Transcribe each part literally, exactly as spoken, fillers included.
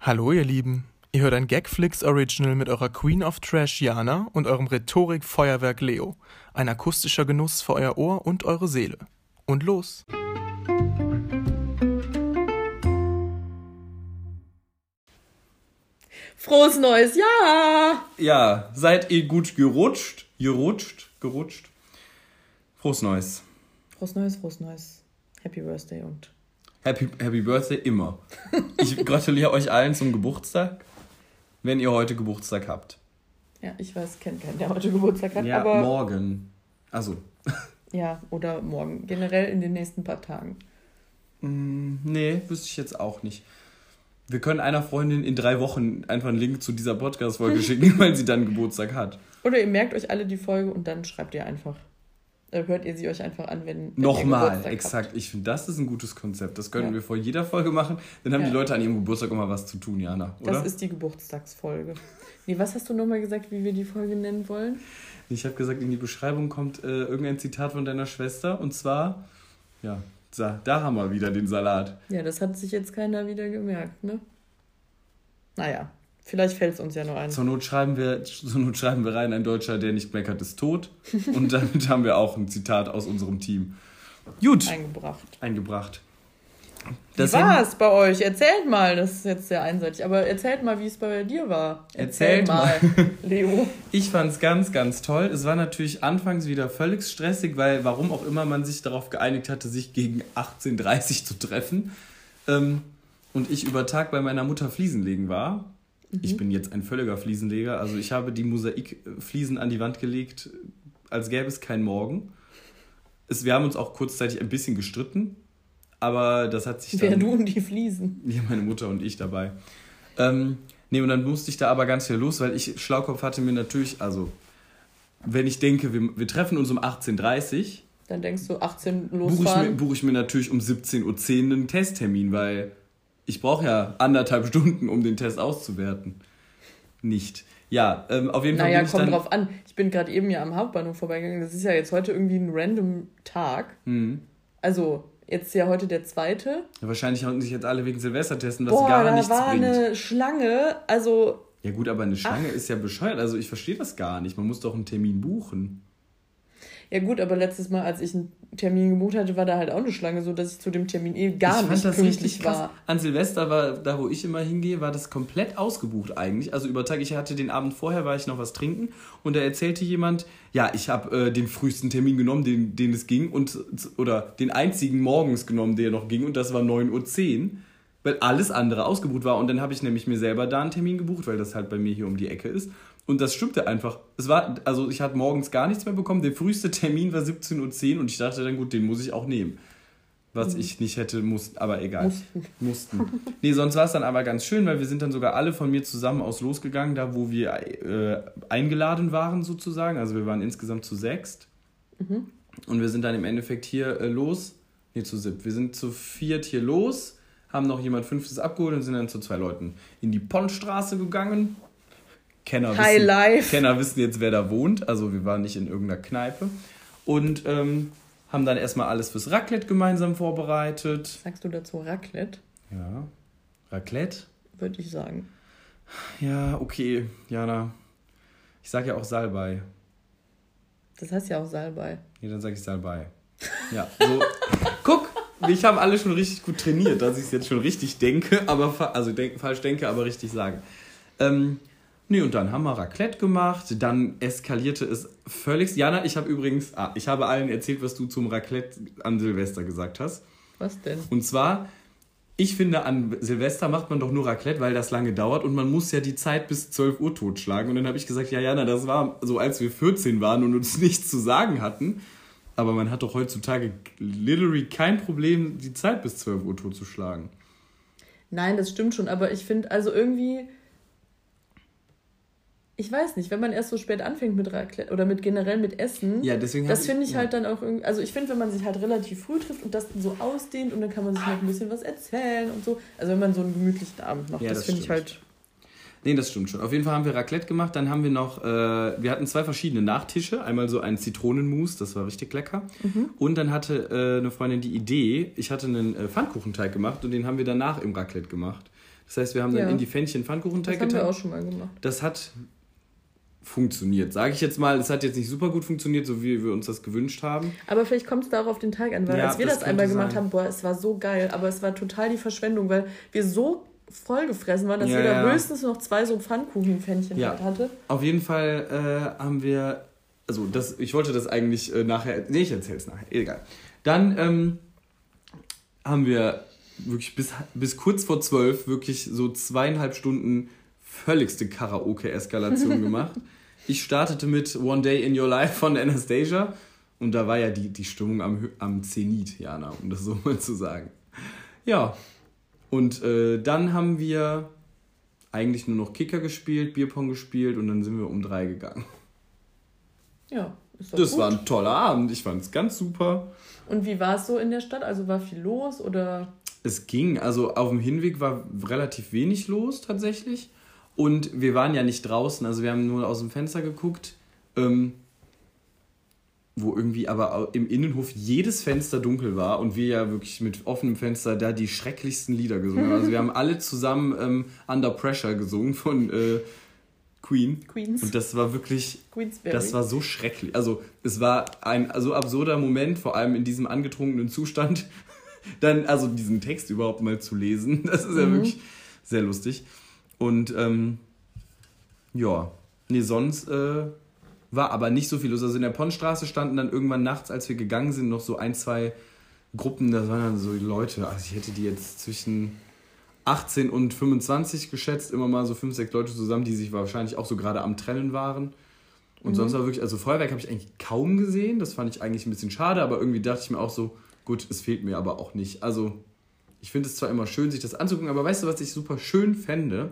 Hallo ihr Lieben, ihr hört ein Gagflix Original mit eurer Queen of Trash Jana und eurem Rhetorik-Feuerwerk Leo. Ein akustischer Genuss für euer Ohr und eure Seele. Und los! Frohes neues Jahr! Ja, seid ihr gut gerutscht? Gerutscht? Gerutscht? Frohes neues. Frohes neues, frohes neues. Happy Birthday und... Happy, Happy Birthday immer. Ich gratuliere euch allen zum Geburtstag, wenn ihr heute Geburtstag habt. Ja, ich weiß, kennt keinen, der heute Geburtstag hat, ja, aber... morgen. Also. Ja, oder morgen. Generell in den nächsten paar Tagen. Mm, nee, wüsste ich jetzt auch nicht. Wir können einer Freundin in drei Wochen einfach einen Link zu dieser Podcast-Folge schicken, weil sie dann Geburtstag hat. Oder ihr merkt euch alle die Folge und dann schreibt ihr einfach... Hört ihr sie euch einfach an, wenn, wenn Nochmal, exakt. Habt. Ich finde, das ist ein gutes Konzept. Das können ja. wir vor jeder Folge machen. Dann haben ja. die Leute an ihrem Geburtstag immer was zu tun, Jana, oder? Das ist die Geburtstagsfolge. Nee, was hast du nochmal gesagt, wie wir die Folge nennen wollen? Ich habe gesagt, in die Beschreibung kommt äh, irgendein Zitat von deiner Schwester. Und zwar, ja, da, da haben wir wieder den Salat. Ja, das hat sich jetzt keiner wieder gemerkt, ne? Naja. Vielleicht fällt es uns ja nur ein. Zur Not, schreiben wir, zur Not schreiben wir rein, ein Deutscher, der nicht meckert, ist tot. Und damit haben wir auch ein Zitat aus unserem Team. Gut. Eingebracht. Eingebracht. Das wie war es bei euch? Erzählt mal, das ist jetzt sehr einseitig, aber erzählt mal, wie es bei dir war. Erzählt mal, Leo. Ich fand es ganz, ganz toll. Es war natürlich anfangs wieder völlig stressig, weil warum auch immer man sich darauf geeinigt hatte, sich gegen achtzehn Uhr dreißig zu treffen. Und ich über Tag bei meiner Mutter Fliesen legen war. Ich bin jetzt ein völliger Fliesenleger. Also ich habe die Mosaikfliesen an die Wand gelegt, als gäbe es keinen Morgen. Es, wir haben uns auch kurzzeitig ein bisschen gestritten, aber das hat sich dann... Wer, du und die Fliesen? Ja, meine Mutter und ich dabei. Ähm, nee, und dann musste ich da aber ganz viel los, weil ich Schlaukopf hatte mir natürlich... Also, wenn ich denke, wir, wir treffen uns um achtzehn Uhr dreißig... Dann denkst du achtzehn Uhr losfahren? Buche ich, mir, buche ich mir natürlich um siebzehn Uhr zehn einen Testtermin, weil... Ich brauche ja anderthalb Stunden, um den Test auszuwerten. Nicht. Ja, ähm, auf jeden Fall naja, bin ich kommt dann... drauf an. Ich bin gerade eben ja am Hauptbahnhof vorbeigegangen. Das ist ja jetzt heute irgendwie ein random Tag. Mhm. Also, jetzt ist ja heute der zweite. Ja, wahrscheinlich haben sich jetzt alle wegen Silvester testen, was Boah, gar da nichts war bringt. Eine Schlange, also... Ja gut, aber eine Schlange Ach. ist ja bescheuert. Also ich verstehe das gar nicht. Man muss doch einen Termin buchen. Ja gut, aber letztes Mal, als ich einen Termin gebucht hatte, war da halt auch eine Schlange, so dass ich zu dem Termin eh gar ich nicht fand das pünktlich war. An Silvester war, da wo ich immer hingehe, war das komplett ausgebucht eigentlich. Also über Tag, ich hatte den Abend vorher, war ich noch was trinken und da erzählte jemand, ja, ich habe äh, den frühesten Termin genommen, den, den es ging, und oder den einzigen morgens genommen, der noch ging, und das war neun Uhr zehn, weil alles andere ausgebucht war. Und dann habe ich nämlich mir selber da einen Termin gebucht, weil das halt bei mir hier um die Ecke ist. Und das stimmte einfach. Es war, also ich hatte morgens gar nichts mehr bekommen. Der früheste Termin war siebzehn Uhr zehn und ich dachte dann, gut, den muss ich auch nehmen. Was mhm. ich nicht hätte, muss, aber egal. Mussten. Mussten. Nee, sonst war es dann aber ganz schön, weil wir sind dann sogar alle von mir zusammen aus losgegangen, da wo wir äh, eingeladen waren sozusagen. Also wir waren insgesamt zu sechst. Mhm. Und wir sind dann im Endeffekt hier äh, los. Nee, zu siebt. Wir sind zu viert hier los, haben noch jemand Fünftes abgeholt und sind dann zu zwei Leuten in die Pontstraße gegangen. Kenner High wissen, Life. Kenner wissen jetzt, wer da wohnt. Also wir waren nicht in irgendeiner Kneipe. Und ähm, haben dann erstmal alles fürs Raclette gemeinsam vorbereitet. Sagst du dazu Raclette? Ja. Raclette? Würde ich sagen. Ja, okay, Jana. Ich sag ja auch Salbei. Das heißt ja auch Salbei. Nee, dann sag ich Salbei. Ja, so. Guck, ich habe alle schon richtig gut trainiert, dass ich es jetzt schon richtig denke, aber fa- also denk, falsch denke, aber richtig sage. Ähm... Nee, und dann haben wir Raclette gemacht, dann eskalierte es völlig. Jana, ich habe übrigens, ah, ich habe allen erzählt, was du zum Raclette an Silvester gesagt hast. Was denn? Und zwar, ich finde, an Silvester macht man doch nur Raclette, weil das lange dauert und man muss ja die Zeit bis zwölf Uhr totschlagen. Und dann habe ich gesagt, ja Jana, das war so, als wir vierzehn waren und uns nichts zu sagen hatten. Aber man hat doch heutzutage literally kein Problem, die Zeit bis zwölf Uhr totzuschlagen. Nein, das stimmt schon, aber ich finde, also irgendwie... Ich weiß nicht, wenn man erst so spät anfängt mit Raclette oder mit generell mit Essen, ja, deswegen das finde ich ja. halt dann auch irgendwie, also ich finde, wenn man sich halt relativ früh trifft und das so ausdehnt und dann kann man sich noch ein bisschen was erzählen und so, also wenn man so einen gemütlichen Abend macht, ja, das, das finde ich halt... Nee, das stimmt schon. Auf jeden Fall haben wir Raclette gemacht, dann haben wir noch, äh, wir hatten zwei verschiedene Nachtische, einmal so ein Zitronenmus, das war richtig lecker, mhm. und dann hatte äh, eine Freundin die Idee, ich hatte einen äh, Pfannkuchenteig gemacht und den haben wir danach im Raclette gemacht. Das heißt, wir haben dann Ja. in die Pfännchen Pfannkuchenteig Das haben getan. wir auch schon mal gemacht. Das hat funktioniert. Sage ich jetzt mal, es hat jetzt nicht super gut funktioniert, so wie wir uns das gewünscht haben. Aber vielleicht kommt es da auch auf den Teig an, weil Ja, als wir das das, einmal könnte gemacht sein. haben, boah, es war so geil, aber es war total die Verschwendung, weil wir so voll gefressen waren, dass Ja, jeder ja. höchstens noch zwei so Pfannkuchenpfännchen Ja. halt hatte. Auf jeden Fall äh, haben wir, also das, ich wollte das eigentlich äh, nachher, nee, ich erzähl's nachher, egal. Dann ähm, haben wir wirklich bis, bis kurz vor zwölf wirklich so zweieinhalb Stunden völligste Karaoke-Eskalation gemacht. Ich startete mit One Day in Your Life von Anastasia und da war ja die, die Stimmung am, Hö- am Zenit, Jana, um das so mal zu sagen. Ja, und äh, dann haben wir eigentlich nur noch Kicker gespielt, Bierpong gespielt und dann sind wir um drei gegangen. Ja, ist doch Das gut. war ein toller Abend, ich fand es ganz super. Und wie war es so in der Stadt? Also war viel los oder? Es ging, also auf dem Hinweg war relativ wenig los tatsächlich. Und wir waren ja nicht draußen, also wir haben nur aus dem Fenster geguckt, ähm, wo irgendwie aber au- im Innenhof jedes Fenster dunkel war und wir ja wirklich mit offenem Fenster da die schrecklichsten Lieder gesungen haben. Also wir haben alle zusammen ähm, Under Pressure gesungen von äh, Queen. Queens. Und das war wirklich, Queensberry. das war so schrecklich. Also es war ein so absurder Moment, vor allem in diesem angetrunkenen Zustand, dann also diesen Text überhaupt mal zu lesen. Das ist ja Mhm. wirklich sehr lustig. Und ähm, ja, nee, sonst äh, war aber nicht so viel los. Also in der Ponnstraße standen dann irgendwann nachts, als wir gegangen sind, noch so ein, zwei Gruppen. Da waren dann so Leute, also ich hätte die jetzt zwischen achtzehn und fünfundzwanzig geschätzt, immer mal so fünf, sechs Leute zusammen, die sich wahrscheinlich auch so gerade am Trennen waren. Und Mhm. sonst war wirklich, also Feuerwerk habe ich eigentlich kaum gesehen. Das fand ich eigentlich ein bisschen schade, aber irgendwie dachte ich mir auch so, gut, es fehlt mir aber auch nicht. Also ich finde es zwar immer schön, sich das anzugucken, aber weißt du, was ich super schön fände?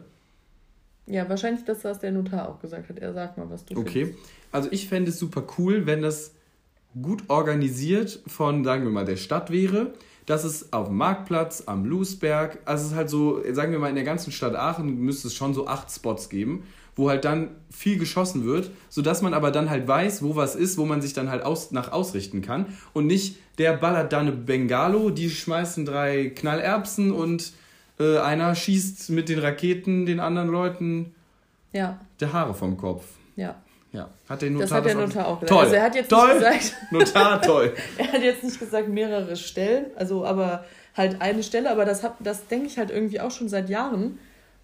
Ja, wahrscheinlich das, was der Notar auch gesagt hat. Er sagt mal, was du Okay, findest. also ich fände es super cool, wenn das gut organisiert von, sagen wir mal, der Stadt wäre. Dass es auf dem Marktplatz, am Lousberg, also es ist halt so, sagen wir mal, in der ganzen Stadt Aachen müsste es schon so acht Spots geben, wo halt dann viel geschossen wird, sodass man aber dann halt weiß, wo was ist, wo man sich dann halt aus, nach ausrichten kann. Und nicht, der ballert da eine Bengalo, die schmeißen drei Knallerbsen und äh, einer schießt mit den Raketen den anderen Leuten Ja, der Haare vom Kopf. ja. Ja, hat der Notar Das hat der auch- Notar auch gesagt. Toll, Also er hat jetzt toll. nicht gesagt, Notar, toll. er hat jetzt nicht gesagt mehrere Stellen, also aber halt eine Stelle, aber das hab, das denke ich halt irgendwie auch schon seit Jahren.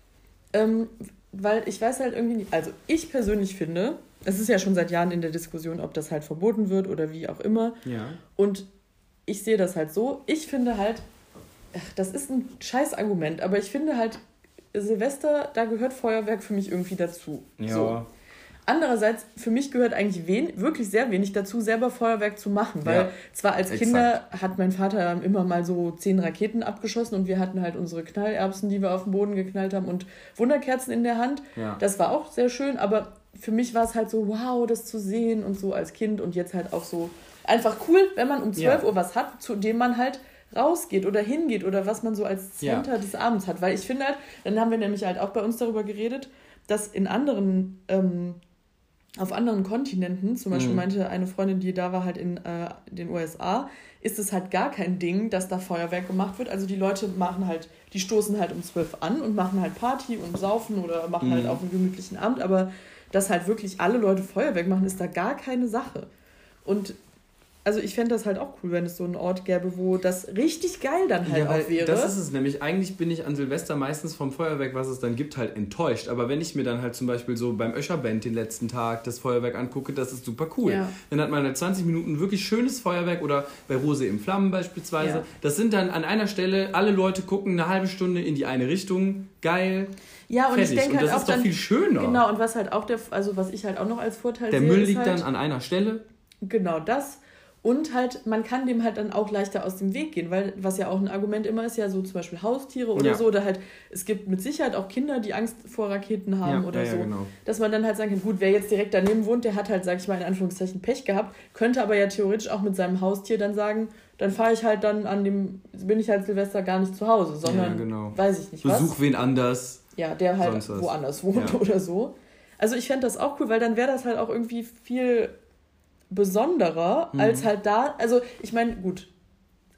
Ähm, weil ich weiß halt irgendwie nicht, also ich persönlich finde, es ist ja schon seit Jahren in der Diskussion, ob das halt verboten wird oder wie auch immer. Ja. Und ich sehe das halt so. Ich finde halt, ach, das ist ein scheiß Argument, aber ich finde halt, Silvester, da gehört Feuerwerk für mich irgendwie dazu. Ja. So. Andererseits, für mich gehört eigentlich wen, wirklich sehr wenig dazu, selber Feuerwerk zu machen. Weil Ja, zwar als exakt. Kinder hat mein Vater immer mal so zehn Raketen abgeschossen und wir hatten halt unsere Knallerbsen, die wir auf den Boden geknallt haben und Wunderkerzen in der Hand. Ja. Das war auch sehr schön, aber für mich war es halt so, wow, das zu sehen und so als Kind und jetzt halt auch so einfach cool, wenn man um zwölf Ja. Uhr was hat, zu dem man halt rausgeht oder hingeht oder was man so als Center Ja. des Abends hat. Weil ich finde halt, dann haben wir nämlich halt auch bei uns darüber geredet, dass in anderen, ähm, auf anderen Kontinenten, zum Beispiel Mhm. meinte eine Freundin, die da war, halt in äh, den U S A, ist es halt gar kein Ding, dass da Feuerwerk gemacht wird. Also die Leute machen halt, die stoßen halt um zwölf an und machen halt Party und saufen oder machen Mhm. halt auch einen gemütlichen Abend, aber dass halt wirklich alle Leute Feuerwerk machen, ist da gar keine Sache. Und also ich fände das halt auch cool, wenn es so einen Ort gäbe, wo das richtig geil dann halt Ja, weil auch wäre. das ist es nämlich. Eigentlich bin ich an Silvester meistens vom Feuerwerk, was es dann gibt, halt enttäuscht. Aber wenn ich mir dann halt zum Beispiel so beim Öscherband den letzten Tag das Feuerwerk angucke, das ist super cool. Ja. Dann hat man halt zwanzig Minuten wirklich schönes Feuerwerk oder bei Rose im Flammen beispielsweise. Ja. Das sind dann an einer Stelle, alle Leute gucken eine halbe Stunde in die eine Richtung. Geil. Ja, und fertig. ich denke Und halt das auch ist doch dann, viel schöner. Genau, und was halt auch der, also was ich halt auch noch als Vorteil Der sehe, Müll ist liegt halt, dann an einer Stelle. genau das. Und halt, man kann dem halt dann auch leichter aus dem Weg gehen, weil was ja auch ein Argument immer ist, ja so zum Beispiel Haustiere oder Ja. so, oder halt, es gibt mit Sicherheit auch Kinder, die Angst vor Raketen haben Ja, oder ja, ja, so. genau. Dass man dann halt sagen kann, gut, wer jetzt direkt daneben wohnt, der hat halt, sag ich mal, in Anführungszeichen Pech gehabt, könnte aber ja theoretisch auch mit seinem Haustier dann sagen, dann fahre ich halt dann an dem, bin ich halt Silvester gar nicht zu Hause, sondern Ja, genau. weiß ich nicht was. Besuch wen anders. Ja, der halt Sonst was. woanders wohnt Ja. oder so. Also ich fände das auch cool, weil dann wäre das halt auch irgendwie viel besonderer Mhm. als halt da. Also ich meine, gut,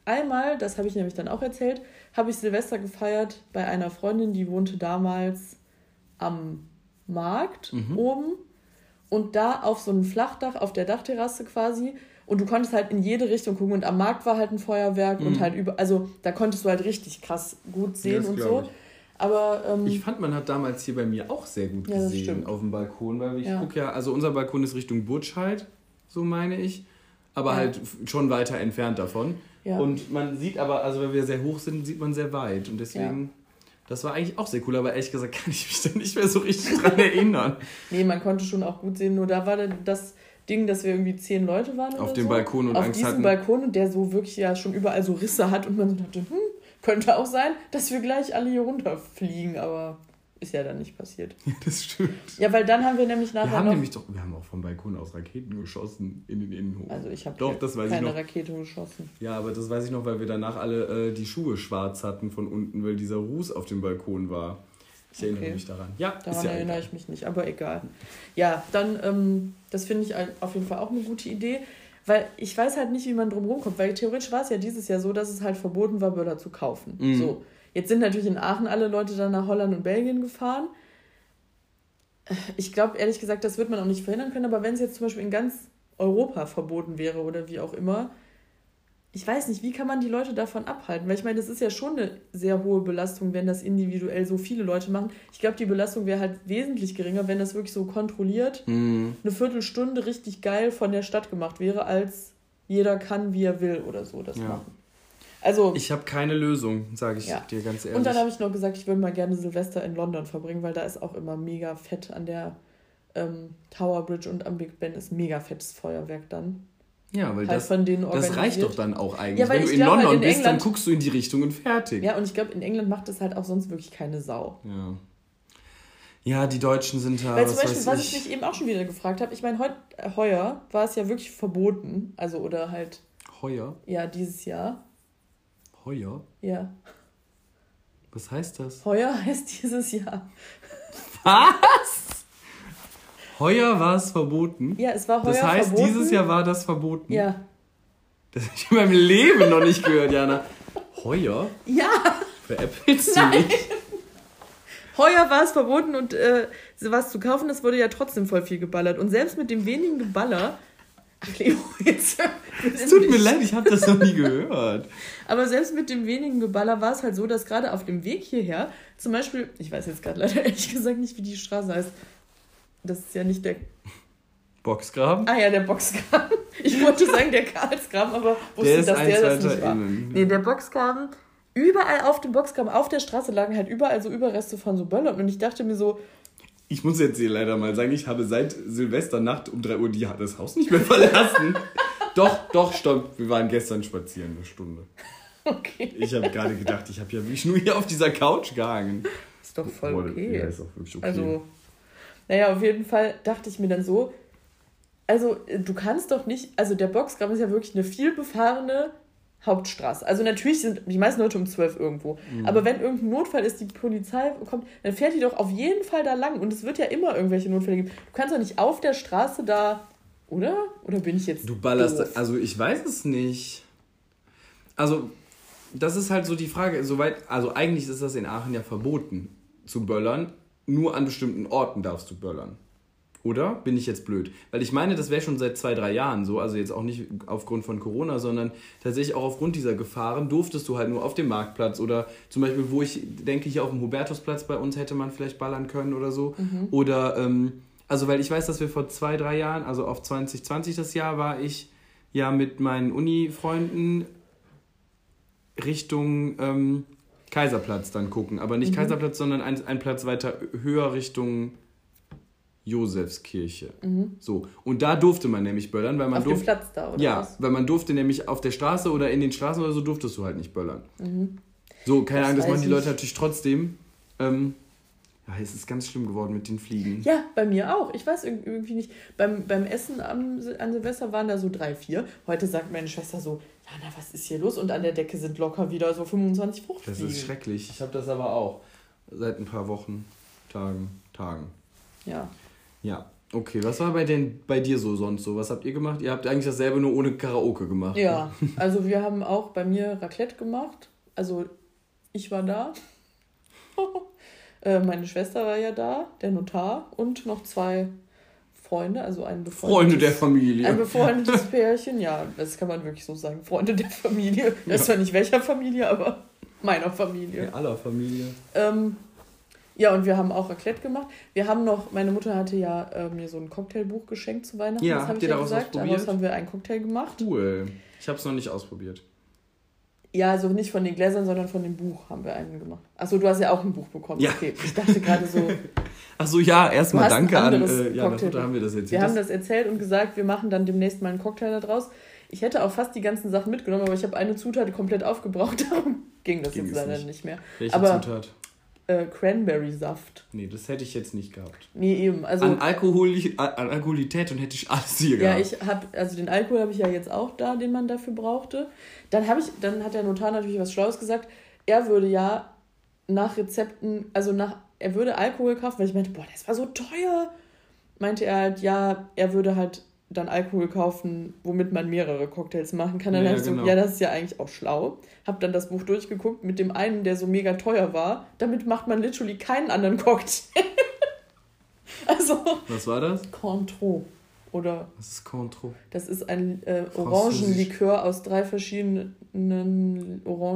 einmal, das habe ich nämlich dann auch erzählt, habe ich Silvester gefeiert bei einer Freundin, die wohnte damals am Markt mhm. oben und da auf so einem Flachdach, auf der Dachterrasse quasi und du konntest halt in jede Richtung gucken und am Markt war halt ein Feuerwerk mhm. und halt über, also da konntest du halt richtig krass gut sehen und so. Ich. Aber, ähm, ich fand, man hat damals hier bei mir auch sehr gut ja, gesehen auf dem Balkon, weil ich ja. gucke ja, also unser Balkon ist Richtung Burtscheid, so meine ich, aber ja. halt schon weiter entfernt davon. Ja. Und man sieht aber, also wenn wir sehr hoch sind, sieht man sehr weit und deswegen... Ja. Das war eigentlich auch sehr cool, aber ehrlich gesagt kann ich mich da nicht mehr so richtig dran erinnern. Nee, man konnte schon auch gut sehen, nur da war dann das Ding, dass wir irgendwie zehn Leute waren oder auf dem so. Balkon und auf Angst diesem hatten. Balkon und der so wirklich ja schon überall so Risse hat und man so dachte, hm, könnte auch sein, dass wir gleich alle hier runterfliegen, aber ist ja dann nicht passiert. Ja, das stimmt. Ja, weil dann haben wir nämlich nachher wir haben noch... Nämlich doch, wir haben auch vom Balkon aus Raketen geschossen in den Innenhof. Also ich habe keine Rakete geschossen. Ja, aber das weiß ich noch, weil wir danach alle äh, die Schuhe schwarz hatten von unten, weil dieser Ruß auf dem Balkon war. Ich erinnere okay. mich daran. Ja, daran ist ja erinnere egal. ich mich nicht, aber egal. Ja, dann, ähm, das finde ich auf jeden Fall auch eine gute Idee, weil ich weiß halt nicht, wie man drum rumkommt, weil theoretisch war es ja dieses Jahr so, dass es halt verboten war, Böller zu kaufen. Mhm. So, jetzt sind natürlich in Aachen alle Leute dann nach Holland und Belgien gefahren. Ich glaube, ehrlich gesagt, das wird man auch nicht verhindern können, aber wenn es jetzt zum Beispiel in ganz Europa verboten wäre oder wie auch immer, ich weiß nicht, wie kann man die Leute davon abhalten? Weil ich meine, das ist ja schon eine sehr hohe Belastung, wenn das individuell so viele Leute machen. Ich glaube, die Belastung wäre halt wesentlich geringer, wenn das wirklich so kontrolliert mhm. eine Viertelstunde richtig geil von der Stadt gemacht wäre, als jeder kann, wie er will oder so das ja. machen. Also, ich habe keine Lösung, sage ich ja. dir ganz ehrlich. Und dann habe ich noch gesagt, ich würde mal gerne Silvester in London verbringen, weil da ist auch immer mega fett an der ähm, Tower Bridge und am Big Ben ist mega fettes Feuerwerk dann. Ja, weil halt das, von denen das reicht doch dann auch eigentlich. Ja, wenn du in glaub, London halt in bist, England, dann guckst du in die Richtung und fertig. Ja, und ich glaube, in England macht das halt auch sonst wirklich keine Sau. Ja, ja die Deutschen sind da, weil zum Beispiel, was ich mich eben auch schon wieder gefragt habe, ich meine, heut, äh, heuer war es ja wirklich verboten, also oder halt... Heuer? Ja, dieses Jahr. Heuer? Ja. Was heißt das? Heuer heißt dieses Jahr. Was? Heuer war es verboten? Ja, es war heuer verboten. Das heißt, verboten. dieses Jahr war das verboten? Ja. Das habe ich in meinem Leben noch nicht gehört, Jana. Heuer? Ja. Veräppelst du Nein. mich? Heuer war es verboten und äh, was zu kaufen, das wurde ja trotzdem voll viel geballert. Und selbst mit dem wenigen Geballer... Ach, Leo, jetzt... Es tut mir leid, ich habe das noch nie gehört. Aber selbst mit dem wenigen Geballer war es halt so, dass gerade auf dem Weg hierher, zum Beispiel, ich weiß jetzt gerade leider ehrlich gesagt nicht, wie die Straße heißt. Das ist ja nicht der... Boxgraben? Ah ja, der Boxgraben. Ich wollte sagen, der Karlsgraben, aber wusste, der dass ein, der das nicht war. Innen. Nee, der Boxgraben. Überall auf dem Boxgraben, auf der Straße lagen halt überall so Überreste von so Böllern. Und ich dachte mir so... Ich muss jetzt hier leider mal sagen, ich habe seit Silvesternacht um drei Uhr die, das Haus nicht mehr verlassen. doch, doch, stopp. Wir waren gestern spazieren, eine Stunde. Okay. Ich habe gerade gedacht, ich habe ja wirklich nur hier auf dieser Couch gehangen. Ist doch voll okay. Ja, ist auch wirklich okay. Also... Naja, auf jeden Fall dachte ich mir dann so, also du kannst doch nicht, also der Boxgraben ist ja wirklich eine viel befahrene Hauptstraße. Also natürlich sind die meisten Leute um zwölf irgendwo, mhm. aber wenn irgendein Notfall ist, die Polizei kommt, dann fährt die doch auf jeden Fall da lang und es wird ja immer irgendwelche Notfälle geben. Du kannst doch nicht auf der Straße da, oder? Oder bin ich jetzt Du ballerst, doof? Also ich weiß es nicht. Also das ist halt so die Frage, soweit, also eigentlich ist das in Aachen ja verboten zu böllern. Nur an bestimmten Orten darfst du böllern. Oder? Bin ich jetzt blöd? Weil ich meine, das wäre schon seit zwei, drei Jahren so, also jetzt auch nicht aufgrund von Corona, sondern tatsächlich auch aufgrund dieser Gefahren durftest du halt nur auf dem Marktplatz oder zum Beispiel, wo ich denke, hier auf dem Hubertusplatz bei uns hätte man vielleicht ballern können oder so. Mhm. Oder, ähm, also weil ich weiß, dass wir vor zwei, drei Jahren, also auf zwanzig zwanzig das Jahr, war ich ja mit meinen Uni-Freunden Richtung... Ähm, Kaiserplatz dann gucken, aber nicht mhm. Kaiserplatz, sondern ein, ein Platz weiter höher Richtung Josefskirche. Mhm. So. Und da durfte man nämlich böllern, weil man auf durfte... dem Platz da, oder ja, was? Weil man durfte nämlich auf der Straße oder in den Straßen oder so durftest du halt nicht böllern. Mhm. So, keine das Ahnung, das machen die ich. Leute natürlich trotzdem. Ähm, ja, es ist ganz schlimm geworden mit den Fliegen. Ja, bei mir auch. Ich weiß irgendwie nicht. Beim, beim Essen am, an Silvester waren da so drei, vier. Heute sagt meine Schwester so, Jana, was ist hier los? Und an der Decke sind locker wieder so fünfundzwanzig Fruchtfliegen. Das ist schrecklich. Ich habe das aber auch seit ein paar Wochen, Tagen, Tagen. Ja. Ja. Okay, was war bei, denn, bei dir so sonst so? Was habt ihr gemacht? Ihr habt eigentlich dasselbe, nur ohne Karaoke gemacht. Ja, also wir haben auch bei mir Raclette gemacht. Also ich war da. äh, meine Schwester war ja da, der Notar und noch zwei Freunde, also ein befreundetes... Freunde der Familie. Ein befreundetes Pärchen, ja, das kann man wirklich so sagen. Freunde der Familie. Ich weiß zwar nicht welcher Familie, aber meiner Familie. Ja, aller Familie. Ähm, ja, und wir haben auch Raclette gemacht. Wir haben noch, meine Mutter hatte ja äh, mir so ein Cocktailbuch geschenkt zu Weihnachten. Ja, das habe habt ich ihr ja daraus gesagt. ausprobiert? Daraus haben wir einen Cocktail gemacht. Cool. Ich habe es noch nicht ausprobiert. Ja, also nicht von den Gläsern, sondern von dem Buch haben wir einen gemacht. Achso, du hast ja auch ein Buch bekommen. Ja. Okay, ich dachte gerade so... Achso, ja, erstmal danke an... Äh, ja, meine Mutter haben wir das erzählt. Wir haben das erzählt und gesagt, wir machen dann demnächst mal einen Cocktail da draus. Ich hätte auch fast die ganzen Sachen mitgenommen, aber ich habe eine Zutat komplett aufgebraucht. Darum ging das ging jetzt leider nicht. nicht mehr. Welche aber, Zutat? Äh, Cranberry-Saft. Nee, das hätte ich jetzt nicht gehabt. Nee, eben. Also, an, Alkohol, an Alkoholität und hätte ich alles hier gehabt. Ja, ich habe, also den Alkohol habe ich ja jetzt auch da, den man dafür brauchte. Dann habe ich, dann hat der Notar natürlich was Schlaues gesagt. Er würde ja nach Rezepten, also nach, er würde Alkohol kaufen, weil ich meinte, boah, das war so teuer. Meinte er halt, ja, er würde halt dann Alkohol kaufen, womit man mehrere Cocktails machen kann. Dann ja, dachte ich genau. so, ja, das ist ja eigentlich auch schlau. Hab dann das Buch durchgeguckt mit dem einen, der so mega teuer war. Damit macht man literally keinen anderen Cocktail. Also. Was war das? Cointreau. Oder. Was ist Cointreau? Das ist ein äh, Orangenlikör aus drei verschiedenen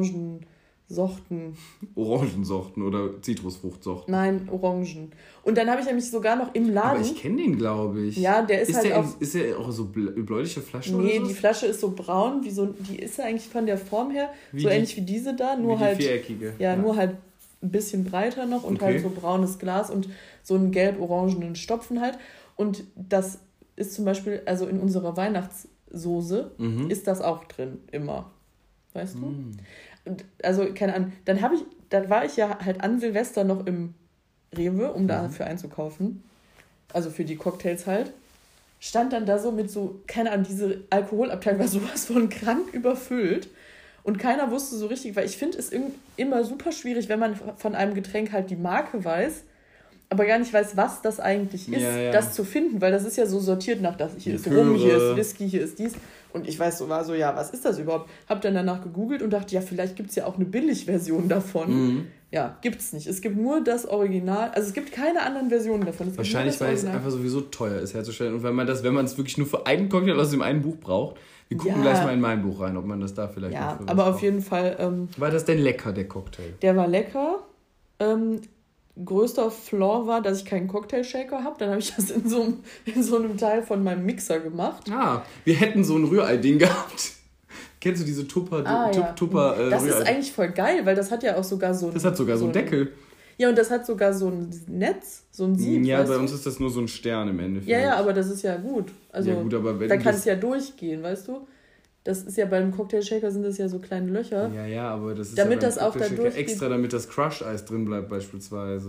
Orangensorten. Orangensorten oder Zitrusfruchtsorten? Nein, Orangen. Und dann habe ich nämlich sogar noch im Laden... Aber ich kenne den, glaube ich. Ja, der ist, ist halt der auch... In, ist der auch so bläuliche Flasche nee, oder so? Die Flasche ist so braun, wie so... Die ist ja eigentlich von der Form her wie so die, ähnlich wie diese da, nur wie die halt... viereckige. Ja, ja, nur halt ein bisschen breiter noch und okay. halt so braunes Glas und so einen gelb-orangenen Stopfen halt. Und das ist zum Beispiel, also in unserer Weihnachtssoße mhm. ist das auch drin, immer. Weißt du? Mhm. Also, keine Ahnung. Dann habe ich, dann war ich ja halt an Silvester noch im Rewe, um mhm. dafür einzukaufen. Also für die Cocktails halt. Stand dann da so mit so, keine Ahnung, diese Alkoholabteilung war sowas von krank überfüllt. Und keiner wusste so richtig, weil ich finde es immer super schwierig, wenn man von einem Getränk halt die Marke weiß, aber gar nicht weiß, was das eigentlich ist, ja, ja. das zu finden, weil das ist ja so sortiert nach das. Hier ist Rum, hier ist Whisky, hier ist dies. Und ich weiß so, war so, ja, was ist das überhaupt? Hab dann danach gegoogelt und dachte, ja, vielleicht gibt es ja auch eine Billigversion davon. Mhm. Ja, gibt's nicht. Es gibt nur das Original, also es gibt keine anderen Versionen davon. Es Wahrscheinlich, weil es einfach sowieso teuer ist herzustellen. Und wenn man das, wenn man es wirklich nur für einen Cocktail aus dem einen Buch braucht, wir gucken ja. gleich mal in mein Buch rein, ob man das da vielleicht ja, noch für aber was auf jeden Fall... Ähm, war das denn lecker, der Cocktail? Der war lecker. Ähm, größter Flaw war, dass ich keinen Cocktail-Shaker habe. Dann habe ich das in so, einem, in so einem Teil von meinem Mixer gemacht. Ah, wir hätten so ein Rührei-Ding gehabt. Kennst du diese Tupper, ah, Tup, ja. Tupper äh, Das Rührei? ist eigentlich voll geil, weil das hat ja auch sogar so ein... Das hat sogar so einen so Deckel. Ja, und das hat sogar so ein Netz, so ein Sieb. Ja, bei du? uns ist das nur so ein Stern im Endeffekt. Ja, ja, aber das ist ja gut. Also, ja, gut, aber wenn da kann es ja durchgehen, weißt du? Das ist ja beim Cocktail-Shaker sind das ja so kleine Löcher. Ja, ja, aber das ist damit ja das auch da durchgeht. Extra, damit das Crushed-Eis drin bleibt beispielsweise.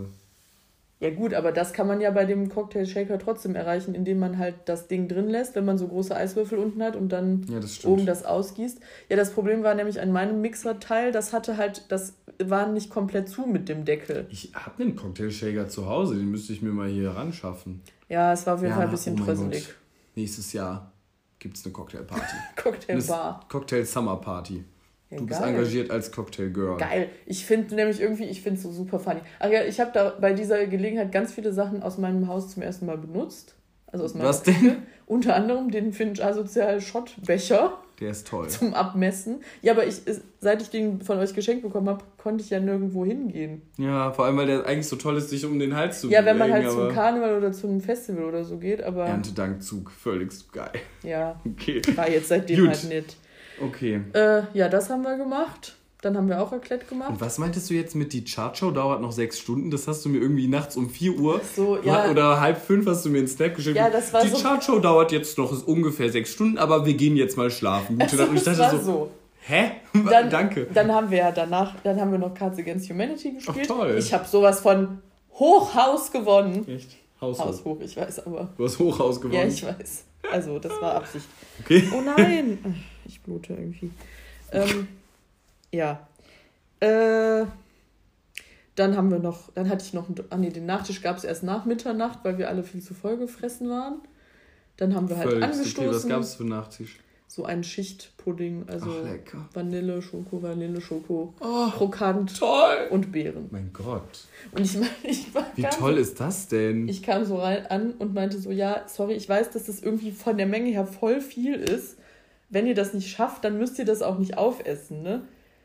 Ja gut, aber das kann man ja bei dem Cocktail-Shaker trotzdem erreichen, indem man halt das Ding drin lässt, wenn man so große Eiswürfel unten hat und dann ja, das oben das ausgießt. Ja, das Problem war nämlich an meinem Mixerteil, das hatte halt, das war nicht komplett zu mit dem Deckel. Ich habe einen Cocktail-Shaker zu Hause, den müsste ich mir mal hier ran schaffen. Ja, es war auf jeden ja, Fall ein bisschen oh bröselig. Nächstes Jahr gibt es eine Cocktailparty. Cocktailbar. Cocktail-Summer-Party. Ja, du bist geil. engagiert als Cocktail-Girl. Geil. Ich finde nämlich irgendwie, ich finde es so super funny. Ach ja, ich habe da bei dieser Gelegenheit ganz viele Sachen aus meinem Haus zum ersten Mal benutzt. Also aus meiner Was denn? Küche. Unter anderem den Finch Asozial Schottbecher. Der ist toll. Zum Abmessen. Ja, aber ich, seit ich den von euch geschenkt bekommen habe, konnte ich ja nirgendwo hingehen. Ja, vor allem, weil der eigentlich so toll ist, sich um den Hals zu Ja, wenn man halt zum Karneval oder zum Festival oder so geht, aber... Erntedankzug, völlig geil. Ja, okay. War jetzt seitdem halt nicht. Okay. Äh, ja, das haben wir gemacht. Dann haben wir auch Raclette gemacht. Und was meintest du jetzt mit die Chartshow dauert noch sechs Stunden? Das hast du mir irgendwie nachts um vier Uhr so, ja. oder halb fünf hast du mir einen Snap geschickt. Ja, das war die so Chartshow dauert jetzt noch ungefähr sechs Stunden, aber wir gehen jetzt mal schlafen. Gute Nacht. Und ich dachte war so, so, hä? Dann, Danke. Dann haben wir ja danach, dann haben wir noch Cards Against Humanity gespielt. Ach, toll. Ich habe sowas von Hochhaus gewonnen. Echt? Haus Haus hoch, ich weiß aber. Du hast Hochhaus gewonnen? Ja, ich weiß. Also, das war Absicht. Okay. Oh nein! Ich blute irgendwie. Ähm, ja. Äh, Dann haben wir noch, dann hatte ich noch, ah nee, den Nachtisch gab es erst nach Mitternacht, weil wir alle viel zu voll gefressen waren. Dann haben wir halt Völlig angestoßen. Okay, was gab es für Nachtisch? So ein Schichtpudding, also Ach, Vanille, Schoko, Vanille, Schoko, oh, Krokant toll. Und Beeren. Mein Gott. Und ich meine, ich war Wie toll so, ist das denn? Ich kam so rein an und meinte so, ja, sorry, ich weiß, dass das irgendwie von der Menge her voll viel ist. Wenn ihr das nicht schafft, dann müsst ihr das auch nicht aufessen, ne?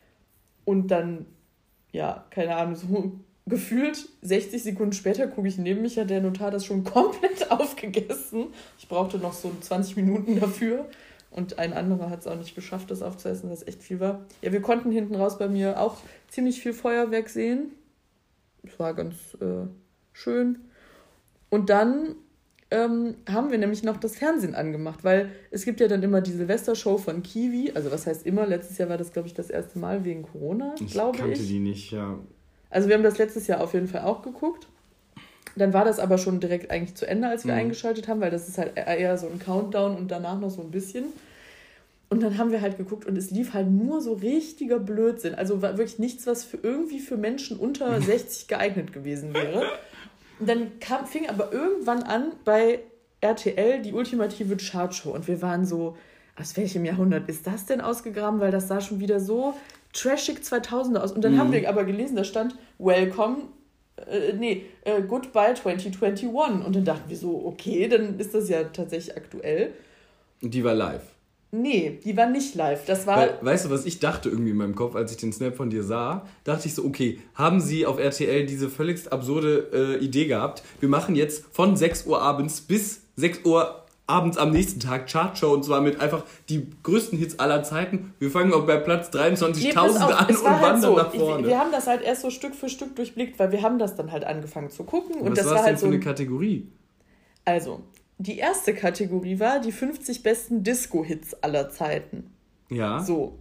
Und dann, ja, keine Ahnung, so gefühlt sechzig Sekunden später gucke ich neben mich, hat der Notar das schon komplett aufgegessen. Ich brauchte noch so zwanzig Minuten dafür. Und ein anderer hat es auch nicht geschafft, das aufzuessen, das echt viel war. Ja, wir konnten hinten raus bei mir auch ziemlich viel Feuerwerk sehen. Es war ganz äh, schön. Und dann ähm, haben wir nämlich noch das Fernsehen angemacht, weil es gibt ja dann immer die Silvestershow von Kiwi. Also was heißt immer? Letztes Jahr war das, glaube ich, das erste Mal wegen Corona, glaube ich. Ich kannte die nicht, ja. Also wir haben das letztes Jahr auf jeden Fall auch geguckt. Dann war das aber schon direkt eigentlich zu Ende, als wir mhm. eingeschaltet haben, weil das ist halt eher so ein Countdown und danach noch so ein bisschen. Und dann haben wir halt geguckt und es lief halt nur so richtiger Blödsinn. Also war wirklich nichts, was für irgendwie für Menschen unter sechzig geeignet gewesen wäre. Und dann kam, fing aber irgendwann an bei R T L die ultimative Chartshow. Und wir waren so, aus welchem Jahrhundert ist das denn ausgegraben? Weil das sah schon wieder so trashig zweitausender aus. Und dann mhm. haben wir aber gelesen, da stand Welcome, äh, nee, äh, Goodbye zwanzig einundzwanzig. Und dann dachten wir so, okay, dann ist das ja tatsächlich aktuell. Und die war live? Nee, die war nicht live. Das war. Weil, weißt du, was ich dachte irgendwie in meinem Kopf, als ich den Snap von dir sah? Dachte ich so, okay, haben sie auf R T L diese völligst absurde äh, Idee gehabt? Wir machen jetzt von sechs Uhr abends bis sechs Uhr abends am nächsten Tag Chartshow und zwar mit einfach die größten Hits aller Zeiten. Wir fangen auch bei Platz dreiundzwanzigtausend nee, an und halt wandern so. nach vorne. Ich, wir haben das halt erst so Stück für Stück durchblickt, weil wir haben das dann halt angefangen zu gucken. Und, und was das war war halt denn für so eine Kategorie? Also, die erste Kategorie war die fünfzig besten Disco-Hits aller Zeiten. Ja. So.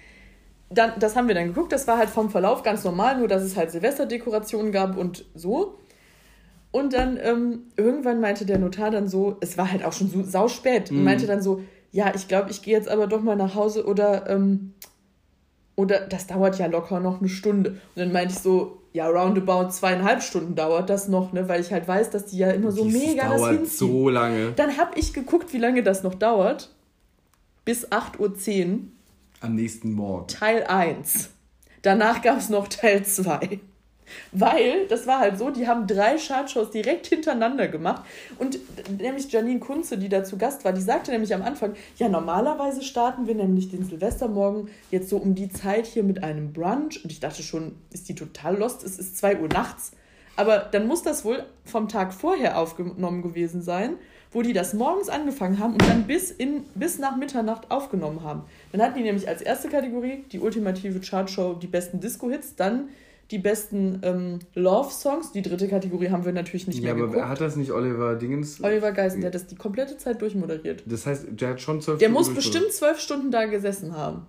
Dann, das haben wir dann geguckt. Das war halt vom Verlauf ganz normal, nur dass es halt Silvesterdekorationen gab und so. Und dann ähm, irgendwann meinte der Notar dann so, es war halt auch schon so sauspät, mhm. und meinte dann so, ja, ich glaube, ich gehe jetzt aber doch mal nach Hause oder, ähm, oder das dauert ja locker noch eine Stunde. Und dann meinte ich so, ja, roundabout zweieinhalb Stunden dauert das noch, ne, weil ich halt weiß, dass die ja immer so Dies mega das hinziehen. So lange. Dann habe ich geguckt, wie lange das noch dauert. Bis acht Uhr zehn. Am nächsten Morgen. Teil eins. Danach gab es noch Teil zwei. Weil, das war halt so, die haben drei Chartshows direkt hintereinander gemacht und nämlich Janine Kunze, die da zu Gast war, die sagte nämlich am Anfang, ja, normalerweise starten wir nämlich den Silvestermorgen jetzt so um die Zeit hier mit einem Brunch und ich dachte schon, ist die total lost, es ist zwei Uhr nachts, aber dann muss das wohl vom Tag vorher aufgenommen gewesen sein, wo die das morgens angefangen haben und dann bis, in, bis nach Mitternacht aufgenommen haben. Dann hatten die nämlich als erste Kategorie die ultimative Chartshow, die besten Disco-Hits, dann die besten ähm, Love-Songs. Die dritte Kategorie haben wir natürlich nicht ja, mehr geguckt. Ja, aber hat das nicht Oliver Dingens... Oliver Geißen, der hat das die komplette Zeit durchmoderiert. Das heißt, der hat schon zwölf Der muss bestimmt zwölf Stunden da gesessen haben.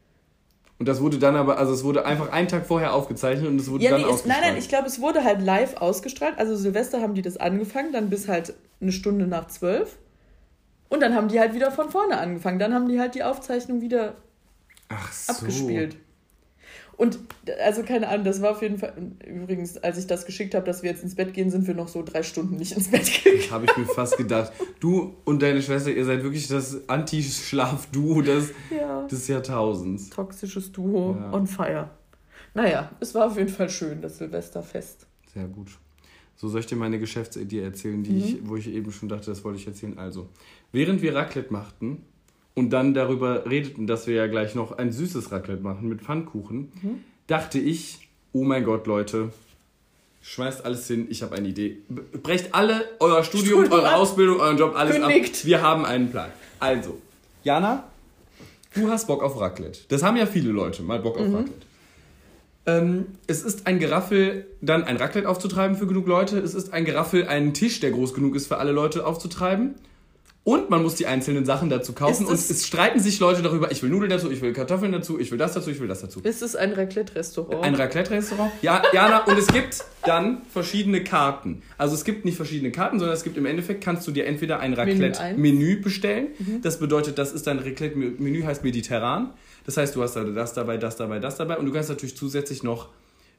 Und das wurde dann aber, also es wurde einfach einen Tag vorher aufgezeichnet und es wurde ja, dann nee, ausgestrahlt. Nein, nein, ich glaube, es wurde halt live ausgestrahlt. Also Silvester haben die das angefangen, dann bis halt eine Stunde nach zwölf. Und dann haben die halt wieder von vorne angefangen. Dann haben die halt die Aufzeichnung wieder Ach so. abgespielt. Und also keine Ahnung, das war auf jeden Fall, übrigens, als ich das geschickt habe, dass wir jetzt ins Bett gehen, sind wir noch so drei Stunden nicht ins Bett gegangen. Das habe ich mir fast gedacht. Du und deine Schwester, ihr seid wirklich das Anti-Schlaf-Duo des, ja. des Jahrtausends. Toxisches Duo ja. on fire. Naja, es war auf jeden Fall schön, das Silvesterfest. Sehr gut. So soll ich dir meine Geschäftsidee erzählen, die mhm. ich, wo ich eben schon dachte, das wollte ich erzählen. Also, während wir Raclette machten, und dann darüber redeten, dass wir ja gleich noch ein süßes Raclette machen mit Pfannkuchen, mhm. dachte ich, oh mein Gott, Leute, schmeißt alles hin, ich habe eine Idee. Brecht alle euer Studium, Studium eure ab. Ausbildung, euren Job, alles Kündigt. ab. Wir haben einen Plan. Also, Jana, du hast Bock auf Raclette. Das haben ja viele Leute, mal Bock auf mhm. Raclette. Ähm, es ist ein Geraffel, dann ein Raclette aufzutreiben für genug Leute. Es ist ein Geraffel, einen Tisch, der groß genug ist für alle Leute aufzutreiben. Und man muss die einzelnen Sachen dazu kaufen. Und es streiten sich Leute darüber, ich will Nudeln dazu, ich will Kartoffeln dazu, ich will das dazu, ich will das dazu. Ist es ein Raclette-Restaurant? Ein Raclette-Restaurant? Ja, Jana, und es gibt dann verschiedene Karten. Also es gibt nicht verschiedene Karten, sondern es gibt im Endeffekt, kannst du dir entweder ein Raclette-Menü bestellen. Mhm. Das bedeutet, das ist dein Raclette-Menü, heißt mediterran. Das heißt, du hast da das dabei, das dabei, das dabei. Und du kannst natürlich zusätzlich noch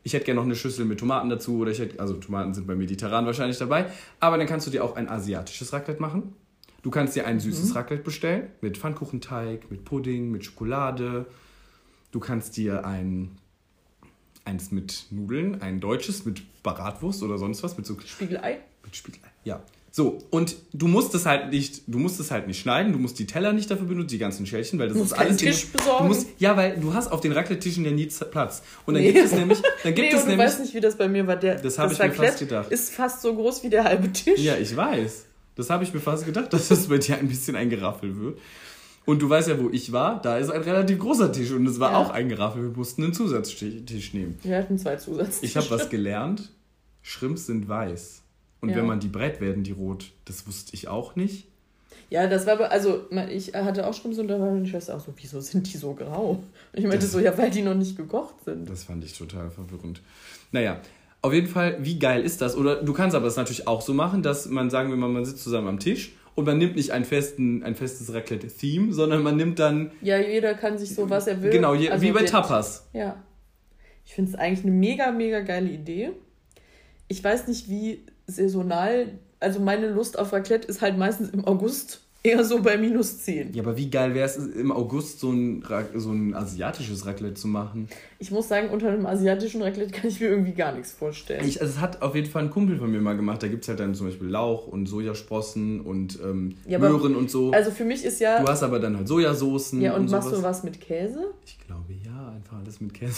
ich hätte gerne noch eine Schüssel mit Tomaten dazu oder ich hätte, also Tomaten sind bei mediterran wahrscheinlich dabei, aber dann kannst du dir auch ein asiatisches Raclette machen. Du kannst dir ein süßes mhm. Raclette bestellen mit Pfannkuchenteig, mit Pudding, mit Schokolade. Du kannst dir ein eins mit Nudeln, ein deutsches mit Bratwurst oder sonst was mit so Spiegelei. Mit Spiegelei. Ja. So, und du musst es halt nicht, du musst es halt nicht schneiden, du musst die Teller nicht dafür benutzen, die ganzen Schälchen, weil das ist alles Tisch in, besorgen. Du musst, ja, weil du hast auf den Raclette-Tischen ja nie Platz. Und dann nee. gibt es nämlich, dann gibt nee, es und nämlich. Du weißt nicht, wie das bei mir war. Der, das habe ich mir fast gedacht. Ist fast so groß wie der halbe Tisch. Ja, ich weiß. Das habe ich mir fast gedacht, dass das bei dir ein bisschen eingeraffelt wird. Und du weißt ja, wo ich war, da ist ein relativ großer Tisch und es war ja. auch eingeraffelt. Wir mussten einen Zusatztisch nehmen. Wir hatten zwei Zusatztische. Ich habe was gelernt. Shrimps sind weiß. Und ja. wenn man die brät, werden die rot. Das wusste ich auch nicht. Ja, das war aber, also ich hatte auch Shrimps und da war meine Schwester auch so, wieso sind die so grau? Und ich meinte das, so, ja, weil die noch nicht gekocht sind. Das fand ich total verwirrend. Naja, auf jeden Fall, wie geil ist das? Oder du kannst aber es natürlich auch so machen, dass man, sagen wir mal, man sitzt zusammen am Tisch und man nimmt nicht einen festen, ein festes Raclette-Theme, sondern man nimmt dann... Ja, jeder kann sich so, was er will. Genau, je, also wie bei Tapas. Ja. Ich finde es eigentlich eine mega, mega geile Idee. Ich weiß nicht, wie saisonal... Also meine Lust auf Raclette ist halt meistens im August eher so bei minus zehn. Ja, aber wie geil wäre es, im August so ein, so ein asiatisches Raclette zu machen? Ich muss sagen, unter einem asiatischen Raclette kann ich mir irgendwie gar nichts vorstellen. Ich, also es hat auf jeden Fall ein Kumpel von mir mal gemacht. Da gibt es halt dann zum Beispiel Lauch und Sojasprossen und ähm, ja, Möhren und so. Also für mich ist ja... Du hast aber dann halt Sojasoßen. Ja, und, und machst sowas. du was mit Käse? Ich glaube ja, einfach alles mit Käse.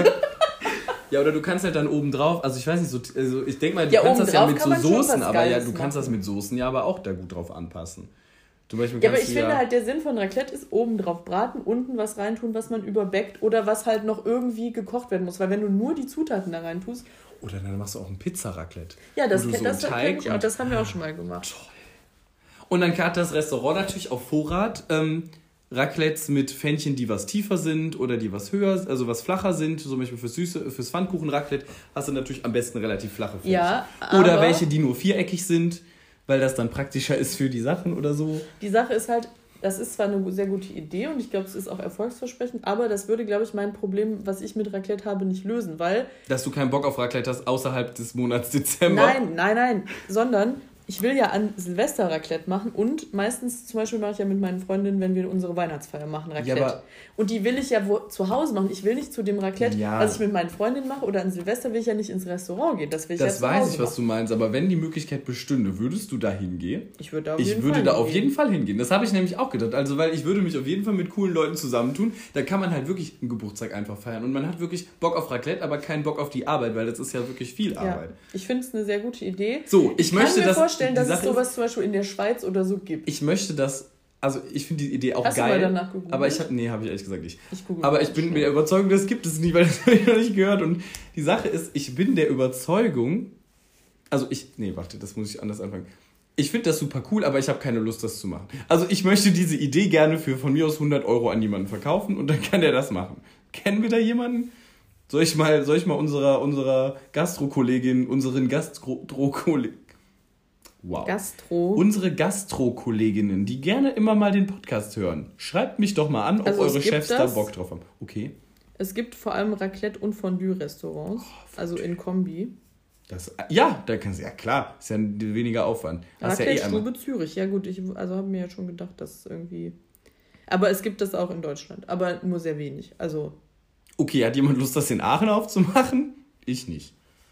Ja, oder du kannst halt dann oben drauf, also ich weiß nicht, so, also ich denke mal, du ja, kannst das ja mit so Soßen, aber ja, du machen. kannst das mit Soßen ja aber auch da gut drauf anpassen. Zum Beispiel ja, aber ich finde ja halt, der Sinn von Raclette ist, oben drauf braten, unten was reintun, was man überbäckt oder was halt noch irgendwie gekocht werden muss. Weil wenn du nur die Zutaten da reintust... Oder dann machst du auch ein Pizza-Raclette. Ja, das, so das, das, ich auch, das haben wir auch schon mal gemacht. Toll. Und dann hat das Restaurant natürlich auf Vorrat ähm, Raclettes mit Pfännchen, die was tiefer sind oder die was höher, also was flacher sind. Zum Beispiel fürs Süße, fürs Pfannkuchen-Raclette hast du natürlich am besten relativ flache Pfännchen. Ja, oder welche, die nur viereckig sind, weil das dann praktischer ist für die Sachen oder so. Die Sache ist halt, das ist zwar eine sehr gute Idee und ich glaube, es ist auch erfolgsversprechend, aber das würde, glaube ich, mein Problem, was ich mit Raclette habe, nicht lösen, weil... Dass du keinen Bock auf Raclette hast außerhalb des Monats Dezember. Nein, nein, nein, sondern... Ich will ja an Silvester Raclette machen und meistens zum Beispiel mache ich ja mit meinen Freundinnen, wenn wir unsere Weihnachtsfeier machen, Raclette. Ja, und die will ich ja wo, zu Hause machen. Ich will nicht zu dem Raclette, ja. was ich mit meinen Freundinnen mache oder an Silvester will ich ja nicht ins Restaurant gehen. Das will ich das ja zu weiß Hause ich, was machen. du meinst, aber wenn die Möglichkeit bestünde, würdest du da hingehen? Ich würde da auf ich jeden würde Fall da hingehen. auf jeden Fall hingehen. Das habe ich nämlich auch gedacht. Also, weil ich würde mich auf jeden Fall mit coolen Leuten zusammentun. Da kann man halt wirklich einen Geburtstag einfach feiern. Und man hat wirklich Bock auf Raclette, aber keinen Bock auf die Arbeit, weil das ist ja wirklich viel Arbeit. Ja, ich finde es eine sehr gute Idee. So, ich, ich möchte, kann mir dass vorstellen, dass Sache es sowas zum Beispiel in der Schweiz oder so gibt. Ich möchte das, also ich finde die Idee auch Hast geil. Du mal danach gegoogelt? Aber ich habe, nee, habe ich ehrlich gesagt nicht. Ich google aber ich bin mir der Überzeugung, das gibt es nicht, weil das habe ich noch nicht gehört. Und die Sache ist, ich bin der Überzeugung, also ich, nee, warte, das muss ich anders anfangen. Ich finde das super cool, aber ich habe keine Lust, das zu machen. Also ich möchte diese Idee gerne für von mir aus hundert Euro an jemanden verkaufen und dann kann der das machen. Kennen wir da jemanden? Soll ich mal, soll ich mal unserer, unserer Gastro-Kollegin, unseren Gastro-Kollegen, wow. Gastro. Unsere Gastro-Kolleginnen, die gerne immer mal den Podcast hören, schreibt mich doch mal an, ob also eure Chefs das. da Bock drauf haben. Okay. Es gibt vor allem Raclette- und Fondue-Restaurants, oh, also in Kombi. Das, ja, da kannst du, ja klar, ist ja weniger Aufwand. Raclette-Stube ja eh Zürich, ja gut, ich also habe mir ja schon gedacht, dass es irgendwie... Aber es gibt das auch in Deutschland, aber nur sehr wenig, also... Okay, hat jemand Lust, das in Aachen aufzumachen? Ich nicht.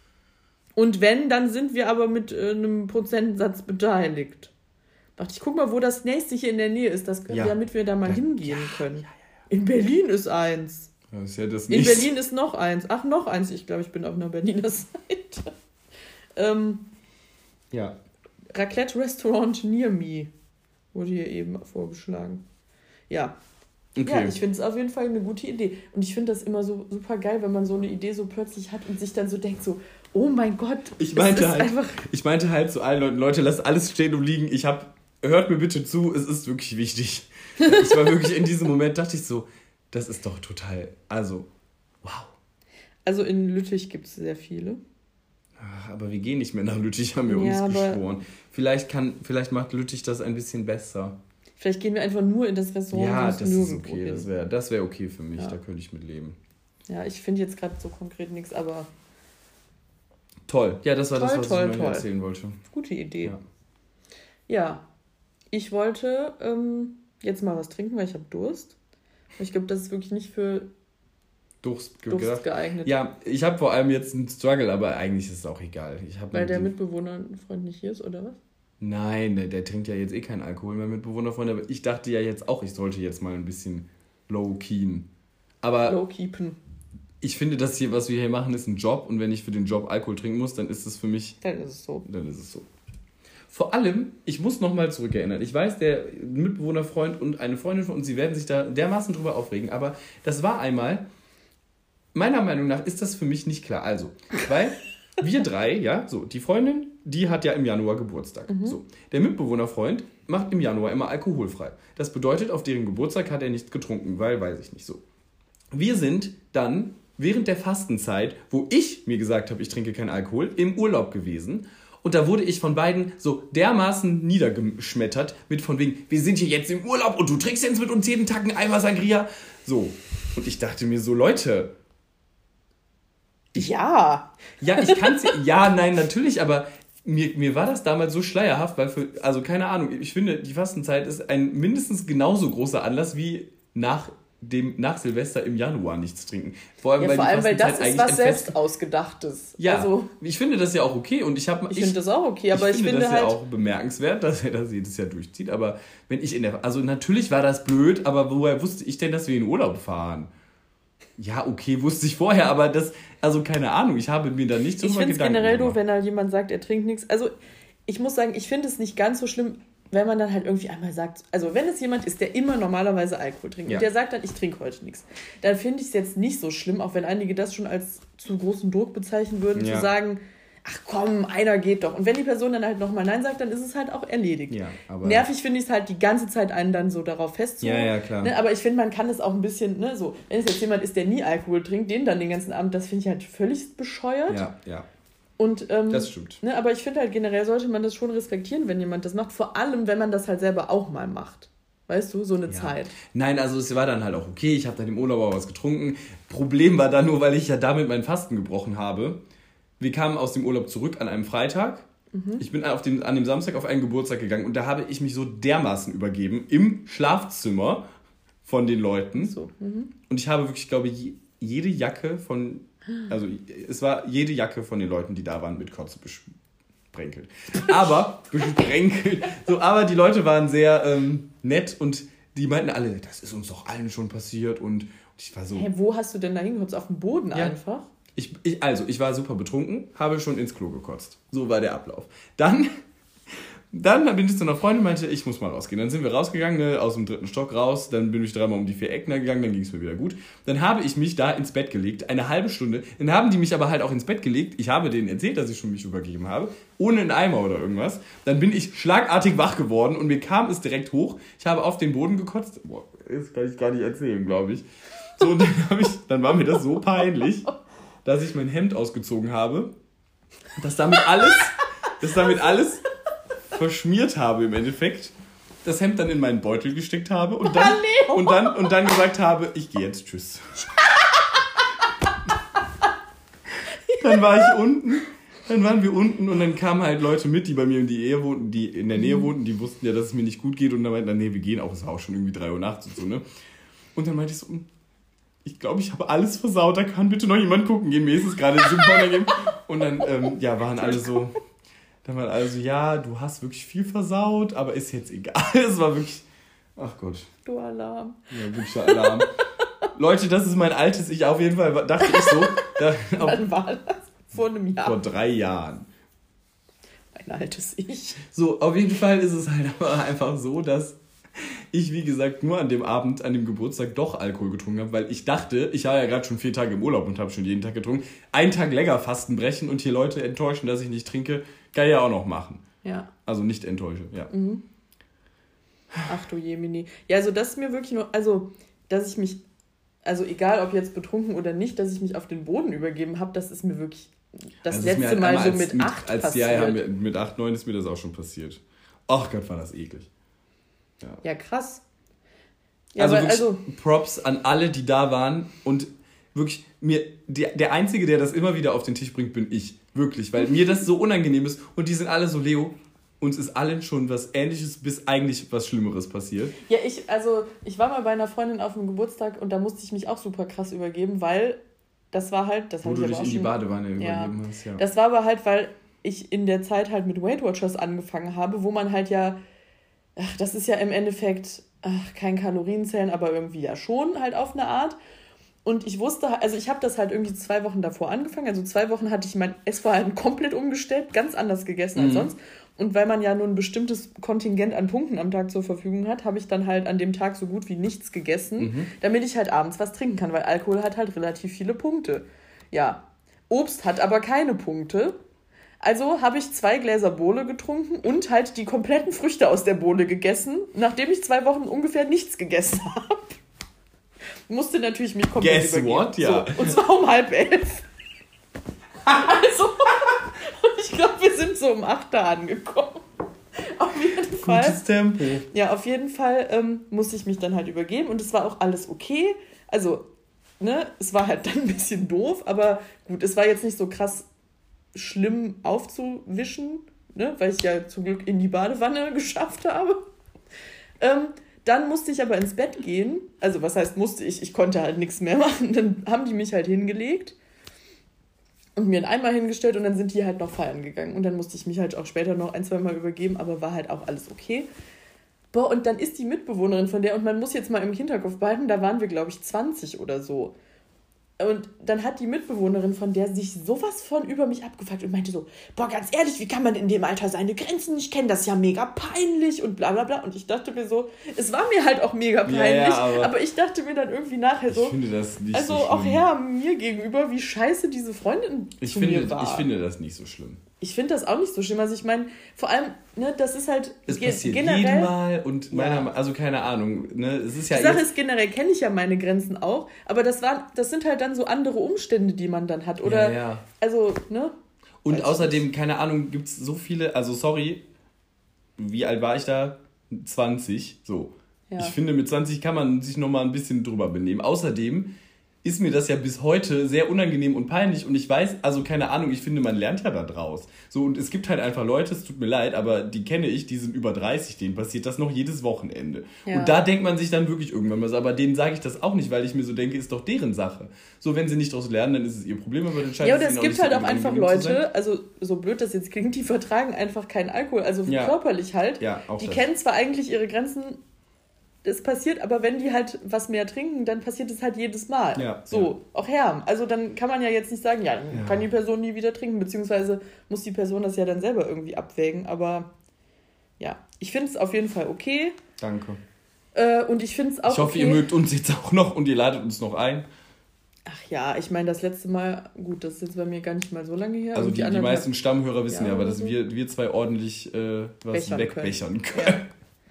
Und wenn, dann sind wir aber mit äh, einem Prozentsatz beteiligt. Dachte ich, guck mal, wo das nächste hier in der Nähe ist, das, ja. damit wir da mal ja. hingehen ja. können. Ja, ja, ja. In Berlin ist eins. Das ist ja das in Berlin ist noch eins. Ach, noch eins. Ich glaube, ich bin auf einer Berliner Seite. ähm, ja. Raclette Restaurant Near Me wurde hier eben vorgeschlagen. Ja. Okay. Ja, ich finde es auf jeden Fall eine gute Idee. Und ich finde das immer so super geil, wenn man so eine Idee so plötzlich hat und sich dann so denkt, so, oh mein Gott, ich meinte, halt, einfach ich meinte halt zu allen Leuten, Leute, lasst alles stehen und liegen. Ich hab, hört mir bitte zu, es ist wirklich wichtig. Ich war wirklich in diesem Moment, dachte ich so, das ist doch total, also, wow. Also in Lüttich gibt es sehr viele. Ach, aber wir gehen nicht mehr nach Lüttich, haben wir ja, uns geschworen. Vielleicht, kann, vielleicht macht Lüttich das ein bisschen besser. Vielleicht gehen wir einfach nur in das Restaurant. Ja, das ist okay. Hin. Das wäre das wär okay für mich. Ja. Da könnte ich mit leben. Ja, ich finde jetzt gerade so konkret nichts, aber Toll. Ja, das war toll, das, was toll, ich toll. erzählen wollte. Gute Idee. Ja. Ja, ich wollte ähm, jetzt mal was trinken, weil ich habe Durst. Ich glaube, das ist wirklich nicht für Durst, Durst gedacht. geeignet. Ja, ich habe vor allem jetzt einen Struggle, aber eigentlich ist es auch egal. Ich hab weil der die... Mitbewohner ein Freund nicht hier ist, oder was? Nein, der, der trinkt ja jetzt eh keinen Alkohol mehr, Mitbewohnerfreund. Aber ich dachte ja jetzt auch, ich sollte jetzt mal ein bisschen low-keyen. Aber low-keepen. Ich finde, das hier, was wir hier machen, ist ein Job. Und wenn ich für den Job Alkohol trinken muss, dann ist es für mich... Dann ist es so. Dann ist es so. Vor allem, ich muss nochmal zurückerinnern. Ich weiß, der Mitbewohnerfreund und eine Freundin von uns, sie werden sich da dermaßen drüber aufregen. Aber das war einmal... Meiner Meinung nach ist das für mich nicht klar. Also, weil wir drei, ja, so, die Freundin, die hat ja im Januar Geburtstag. Mhm. So, der Mitbewohnerfreund macht im Januar immer alkoholfrei. Das bedeutet, auf deren Geburtstag hat er nichts getrunken, weil, weiß ich nicht so. Wir sind dann während der Fastenzeit, wo ich mir gesagt habe, ich trinke keinen Alkohol, im Urlaub gewesen. Und da wurde ich von beiden so dermaßen niedergeschmettert mit von wegen, wir sind hier jetzt im Urlaub und du trinkst jetzt mit uns jeden Tag einen Eimer Sangria. So, und ich dachte mir so, Leute... Ich, ja. Ja, ich kann's ja, nein, natürlich, aber mir, mir war das damals so schleierhaft, weil für, also keine Ahnung, ich finde, die Fastenzeit ist ein mindestens genauso großer Anlass wie nach dem, nach Silvester im Januar nichts trinken. Vor allem, ja, weil, vor die allem weil das Fastenzeit ist was selbst ausgedachtes. Ja, also, ich finde das ja auch okay und ich habe... Ich, ich finde das auch okay, aber ich, ich finde, finde das halt... ja auch bemerkenswert, dass er das jedes Jahr durchzieht, aber wenn ich in der... Also natürlich war das blöd, aber woher wusste ich denn, dass wir in Urlaub fahren? Ja, okay, wusste ich vorher, aber das, also keine Ahnung, ich habe mir da nicht so Ich finde es generell doof, wenn halt jemand sagt, er trinkt nichts. Also ich muss sagen, ich finde es nicht ganz so schlimm, wenn man dann halt irgendwie einmal sagt, also wenn es jemand ist, der immer normalerweise Alkohol trinkt ja. und der sagt dann, ich trinke heute nichts, dann finde ich es jetzt nicht so schlimm, auch wenn einige das schon als zu großen Druck bezeichnen würden, ja. zu sagen, ach komm, einer geht doch. Und wenn die Person dann halt nochmal Nein sagt, dann ist es halt auch erledigt. Ja, aber nervig finde ich es halt, die ganze Zeit einen dann so darauf festzuhalten. Ja, ja, klar. Ne, aber ich finde, man kann das auch ein bisschen, ne, so, wenn es jetzt jemand ist, der nie Alkohol trinkt, den dann den ganzen Abend, das finde ich halt völlig bescheuert. Ja, ja. Und, ähm, das stimmt. Ne, aber ich finde halt generell sollte man das schon respektieren, wenn jemand das macht. Vor allem, wenn man das halt selber auch mal macht. Weißt du, so eine ja. Zeit. Nein, also es war dann halt auch okay, ich habe dann im Urlaub auch was getrunken. Problem war dann nur, weil ich ja damit mein Fasten gebrochen habe. Wir kamen aus dem Urlaub zurück an einem Freitag. Mhm. Ich bin auf dem, an dem Samstag auf einen Geburtstag gegangen und da habe ich mich so dermaßen übergeben im Schlafzimmer von den Leuten. So. Mhm. Und ich habe wirklich, glaube ich, jede Jacke von, also es war jede Jacke von den Leuten, die da waren, mit Kotze besprenkelt. Aber, besprenkelt. So, aber die Leute waren sehr ähm, nett und die meinten alle, das ist uns doch allen schon passiert und, und ich war so... Hä, wo hast du denn da hingekotzt? Auf dem Boden ja. einfach? Ich, ich, also, ich war super betrunken, habe schon ins Klo gekotzt. So war der Ablauf. Dann, dann bin ich zu einer Freundin und meinte, ich muss mal rausgehen. Dann sind wir rausgegangen, ne, aus dem dritten Stock raus. Dann bin ich dreimal um die vier Ecken gegangen, dann ging es mir wieder gut. Dann habe ich mich da ins Bett gelegt, eine halbe Stunde. Dann haben die mich aber halt auch ins Bett gelegt. Ich habe denen erzählt, dass ich schon mich übergeben habe, ohne einen Eimer oder irgendwas. Dann bin ich schlagartig wach geworden und mir kam es direkt hoch. Ich habe auf den Boden gekotzt. Boah, das kann ich gar nicht erzählen, glaube ich. So, und dann, hab ich, dann war mir das so peinlich, dass ich mein Hemd ausgezogen habe, dass damit alles, dass damit alles verschmiert habe im Endeffekt, das Hemd dann in meinen Beutel gesteckt habe und dann, und dann, und dann gesagt habe, ich gehe jetzt, tschüss. Dann war ich unten, dann waren wir unten und dann kamen halt Leute mit, die bei mir in, die Ehe wohnten, die in der Nähe wohnten, die wussten ja, dass es mir nicht gut geht und dann meinten dann, nee, wir gehen auch, es war auch schon irgendwie drei Uhr nachts und so, ne? Und dann meinte ich so, ich glaube, ich habe alles versaut, da kann bitte noch jemand gucken gehen, mir ist es gerade super. Und dann, ähm, ja, waren alle so, dann waren alle so, ja, du hast wirklich viel versaut, aber ist jetzt egal. Es war wirklich, ach Gott. Du Alarm. Ja, wirklich Alarm. Leute, das ist mein altes Ich, auf jeden Fall, dachte ich so. Da, Wann war das? Vor einem Jahr? Vor drei Jahren. Mein altes Ich. So, auf jeden Fall ist es halt aber einfach so, dass ich, wie gesagt, nur an dem Abend, an dem Geburtstag doch Alkohol getrunken habe, weil ich dachte, ich war ja gerade schon vier Tage im Urlaub und habe schon jeden Tag getrunken. Einen Tag länger Fasten brechen und hier Leute enttäuschen, dass ich nicht trinke, kann ich ja auch noch machen. Ja. Also nicht enttäusche, ja. Mhm. Ach du Jemini. Ja, also das ist mir wirklich nur, also, dass ich mich, also egal ob jetzt betrunken oder nicht, dass ich mich auf den Boden übergeben habe, das ist mir wirklich das also letzte halt Mal so als, mit acht als, passiert. Ja, ja, mit, mit acht, neun ist mir das auch schon passiert. Ach Gott, war das eklig. Ja, ja krass. Ja, also, aber, also also Props an alle, die da waren und wirklich, mir, der, der Einzige, der das immer wieder auf den Tisch bringt, bin ich. Wirklich, weil mir das so unangenehm ist. Und die sind alle so, Leo, uns ist allen schon was Ähnliches bis eigentlich was Schlimmeres passiert. Ja, ich, also, ich war mal bei einer Freundin auf dem Geburtstag und da musste ich mich auch super krass übergeben, weil das war halt... Das Wo du dich in die Badewanne ja, übergeben hast, ja. Das war aber halt, weil ich in der Zeit halt mit Weight Watchers angefangen habe, wo man halt ja... Ach, das ist ja im Endeffekt ach, kein Kalorienzählen, aber irgendwie ja schon halt auf eine Art. Und ich wusste, also ich habe das halt irgendwie zwei Wochen davor angefangen. Also zwei Wochen hatte ich mein Essverhalten komplett umgestellt, ganz anders gegessen als mhm. sonst. Und weil man ja nur ein bestimmtes Kontingent an Punkten am Tag zur Verfügung hat, habe ich dann halt an dem Tag so gut wie nichts gegessen, mhm. damit ich halt abends was trinken kann, weil Alkohol hat halt relativ viele Punkte. Ja, Obst hat aber keine Punkte. Also habe ich zwei Gläser Bohle getrunken und halt die kompletten Früchte aus der Bohle gegessen, nachdem ich zwei Wochen ungefähr nichts gegessen habe. Musste natürlich mich komplett Guess übergeben. what? Ja. So, und zwar um halb elf. Also, und ich glaube, wir sind so um acht da angekommen. Auf jeden Fall. Gutes Tempo. Ja, auf jeden Fall ähm, musste ich mich dann halt übergeben und es war auch alles okay. Also, ne, es war halt dann ein bisschen doof, aber gut, es war jetzt nicht so krass schlimm aufzuwischen, ne, weil ich ja zum Glück in die Badewanne geschafft habe. Ähm, dann musste ich aber ins Bett gehen. Also, was heißt musste ich? Ich konnte halt nichts mehr machen. Dann haben die mich halt hingelegt und mir einen Eimer hingestellt und dann sind die halt noch feiern gegangen. Und dann musste ich mich halt auch später noch ein, zwei Mal übergeben, aber war halt auch alles okay. Boah, und dann ist die Mitbewohnerin von der, und man muss jetzt mal im Hinterkopf behalten, da waren wir, glaube ich, zwanzig oder so. Und dann hat die Mitbewohnerin von der sich sowas von über mich abgefuckt und meinte so, boah, ganz ehrlich, wie kann man in dem Alter seine Grenzen nicht kennen? Das ist ja mega peinlich und bla bla bla. Und ich dachte mir so, es war mir halt auch mega peinlich, ja, ja, aber, aber ich dachte mir dann irgendwie nachher so, ich finde das nicht also so schlimm. auch Herr mir gegenüber, wie scheiße diese Freundin ich zu finde, mir war. Ich finde das nicht so schlimm. Ich finde das auch nicht so schlimm. Also ich meine, vor allem, ne, das ist halt es ge- passiert generell... jeden Mal und meiner, ja. also keine Ahnung. Ne, es ist ja die Sache jetzt, ist, generell kenne ich ja meine Grenzen auch, aber das, war, das sind halt dann so andere Umstände, die man dann hat. Oder, ja, ja. also, ne? Und Weiß außerdem, keine Ahnung, gibt es so viele, also sorry, wie alt war ich da? zwanzig, so. Ja. Ich finde, mit zwanzig kann man sich nochmal ein bisschen drüber benehmen. Außerdem ist mir das ja bis heute sehr unangenehm und peinlich und ich weiß, also keine Ahnung, ich finde, man lernt ja da draus. So, und es gibt halt einfach Leute, es tut mir leid, aber die kenne ich, die sind über dreißig, denen passiert das noch jedes Wochenende. Ja. Und da denkt man sich dann wirklich irgendwann mal so, aber denen sage ich das auch nicht, weil ich mir so denke, ist doch deren Sache. So, wenn sie nicht daraus lernen, dann ist es ihr Problem, aber dann scheint ja, es oder es ihnen gibt auch halt nicht auch so einfach Leute, also so blöd das jetzt klingt, die vertragen einfach keinen Alkohol, also ja. körperlich halt. Ja, auch die das. kennen zwar eigentlich ihre Grenzen, es passiert, aber wenn die halt was mehr trinken, dann passiert es halt jedes Mal. Ja, so, ja. auch Herm. Also dann kann man ja jetzt nicht sagen, ja, dann ja. kann die Person nie wieder trinken, beziehungsweise muss die Person das ja dann selber irgendwie abwägen. Aber ja, ich finde es auf jeden Fall okay. Danke. Äh, und ich finde es auch Ich hoffe, okay. ihr mögt uns jetzt auch noch und ihr ladet uns noch ein. Ach ja, ich meine, das letzte Mal, gut, das ist jetzt bei mir gar nicht mal so lange her. Also die, die, die meisten Stammhörer wissen ja, ja aber dass so. wir, wir zwei ordentlich äh, was Bechern wegbechern können. können.